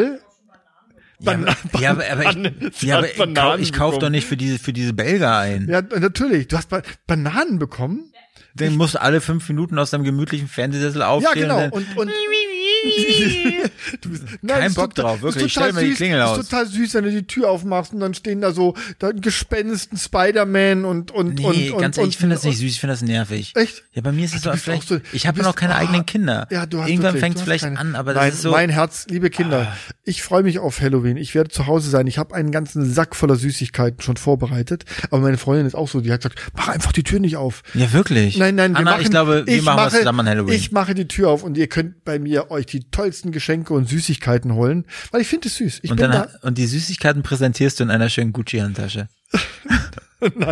Ich kauf doch nicht für diese Belgier ein. Ja, natürlich. Du hast Bananen bekommen. Den musst du alle 5 Minuten aus deinem gemütlichen Fernsehsessel aufstehen. Ja, genau. Und kein Bock drauf, wirklich. Stell mir die Klingel aus. Das ist total süß, wenn du die Tür aufmachst und dann stehen da so ein Gespenst, ein Spider-Man und ganz ehrlich, ich finde das nicht süß, ich finde das nervig. Echt? Ja, bei mir ist es so, vielleicht, ich habe ja noch keine eigenen Kinder. Ja, du hast irgendwann fängt es vielleicht an, aber das ist so. Mein Herz, liebe Kinder, ich freue mich auf Halloween. Ich werde zu Hause sein. Ich habe einen ganzen Sack voller Süßigkeiten schon vorbereitet. Aber meine Freundin ist auch so, die hat gesagt, mach einfach die Tür nicht auf. Ja, wirklich? Nein, Anna, ich glaube, wir machen was zusammen an Halloween. Ich mache die Tür auf und ihr könnt bei mir euch die tollsten Geschenke und Süßigkeiten holen, weil ich finde es süß. Und die Süßigkeiten präsentierst du in einer schönen Gucci-Handtasche. Nein,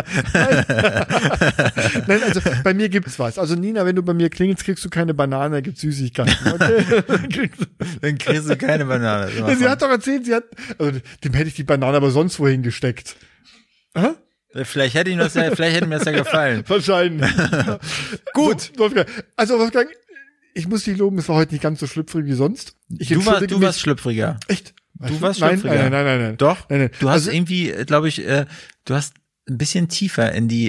also bei mir gibt's was. Also Nina, wenn du bei mir klingelst, kriegst du keine Banane, da gibt's Süßigkeiten. Okay? Dann kriegst du keine Banane. Sie hat doch erzählt, also, dem hätte ich die Banane aber sonst wohin gesteckt. Aha? Vielleicht hätte mir das ja gefallen. Wahrscheinlich. Gut. Wolfgang. Also Wolfgang, ich muss dich loben, es war heute nicht ganz so schlüpfrig wie sonst. Du warst schlüpfriger. Echt? Du warst schlüpfriger. Nein. Doch? Nein. Du hast irgendwie, glaube ich, du hast ein bisschen tiefer in die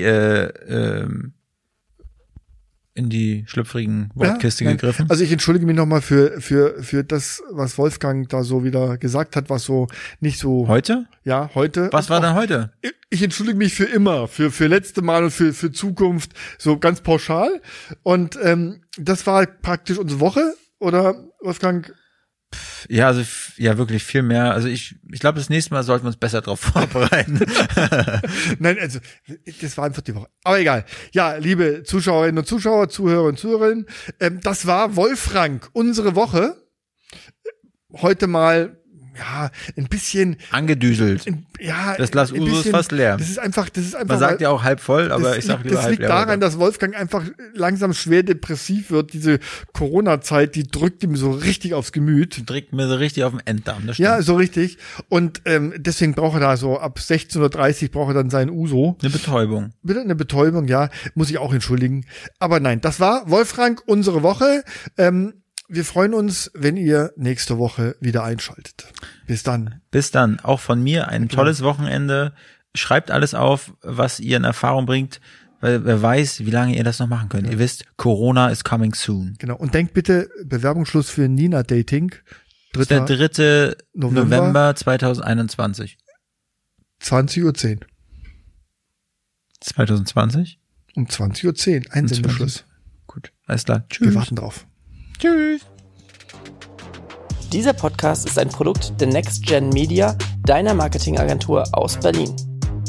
schlüpfrigen Wortkiste gegriffen. Also ich entschuldige mich nochmal für das, was Wolfgang da so wieder gesagt hat, was so nicht so... Heute? Ja, heute. Was war denn heute? Ich entschuldige mich für immer, für letzte Mal und für Zukunft, so ganz pauschal. Und das war praktisch unsere Woche, oder Wolfgang? Ja, also wirklich viel mehr. Also ich glaube, das nächste Mal sollten wir uns besser drauf vorbereiten. Nein, also das war einfach die Woche. Aber egal. Ja, liebe Zuschauerinnen und Zuschauer, Zuhörer und Zuhörerinnen, das war Wolfrank, unsere Woche. Heute mal ein bisschen angedüselt. Das Glas Uso ist fast leer. Das ist einfach. Man sagt ja auch halb voll, aber ich sag lieber halb leer. Das liegt daran, dass Wolfgang einfach langsam schwer depressiv wird. Diese Corona-Zeit, die drückt ihm so richtig aufs Gemüt. Drückt mir so richtig auf den Enddarm. Ja, so richtig. Und deswegen braucht er da so ab 16:30 Uhr braucht er dann sein Uso. Eine Betäubung. Bitte eine Betäubung, ja. Muss ich auch entschuldigen. Aber nein, das war Wolfrank, unsere Woche. Wir freuen uns, wenn ihr nächste Woche wieder einschaltet. Bis dann. Bis dann. Auch von mir ein tolles Wochenende. Schreibt alles auf, was ihr in Erfahrung bringt, weil wer weiß, wie lange ihr das noch machen könnt. Ja. Ihr wisst, Corona is coming soon. Genau. Und denkt bitte, Bewerbungsschluss für Nina Dating. Der 3. November 2021. 20:10 Uhr. 2020? Um 20:10 Uhr. Einsendeschluss. Gut. Alles klar. Tschüss. Wir warten drauf. Tschüss. Dieser Podcast ist ein Produkt der Next Gen Media, deiner Marketingagentur aus Berlin.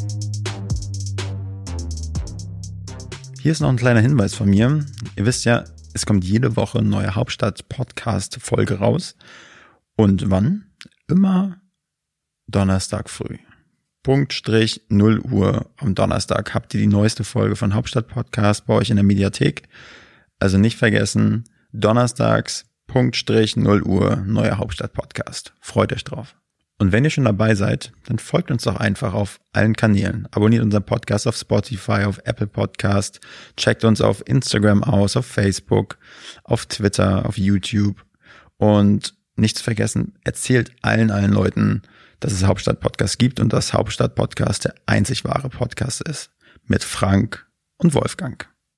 Hier ist noch ein kleiner Hinweis von mir. Ihr wisst ja, es kommt jede Woche eine neue Hauptstadt-Podcast-Folge raus. Und wann? Immer Donnerstag früh. Punktstrich 0 Uhr am Donnerstag habt ihr die neueste Folge von Hauptstadt-Podcast bei euch in der Mediathek. Also nicht vergessen, donnerstags, Punktstrich 0 Uhr, neuer Hauptstadt-Podcast. Freut euch drauf. Und wenn ihr schon dabei seid, dann folgt uns doch einfach auf allen Kanälen. Abonniert unseren Podcast auf Spotify, auf Apple Podcast, checkt uns auf Instagram aus, auf Facebook, auf Twitter, auf YouTube. Und nicht zu vergessen, erzählt allen Leuten, dass es Hauptstadt-Podcast gibt und dass Hauptstadt-Podcast der einzig wahre Podcast ist. Mit Frank und Wolfgang.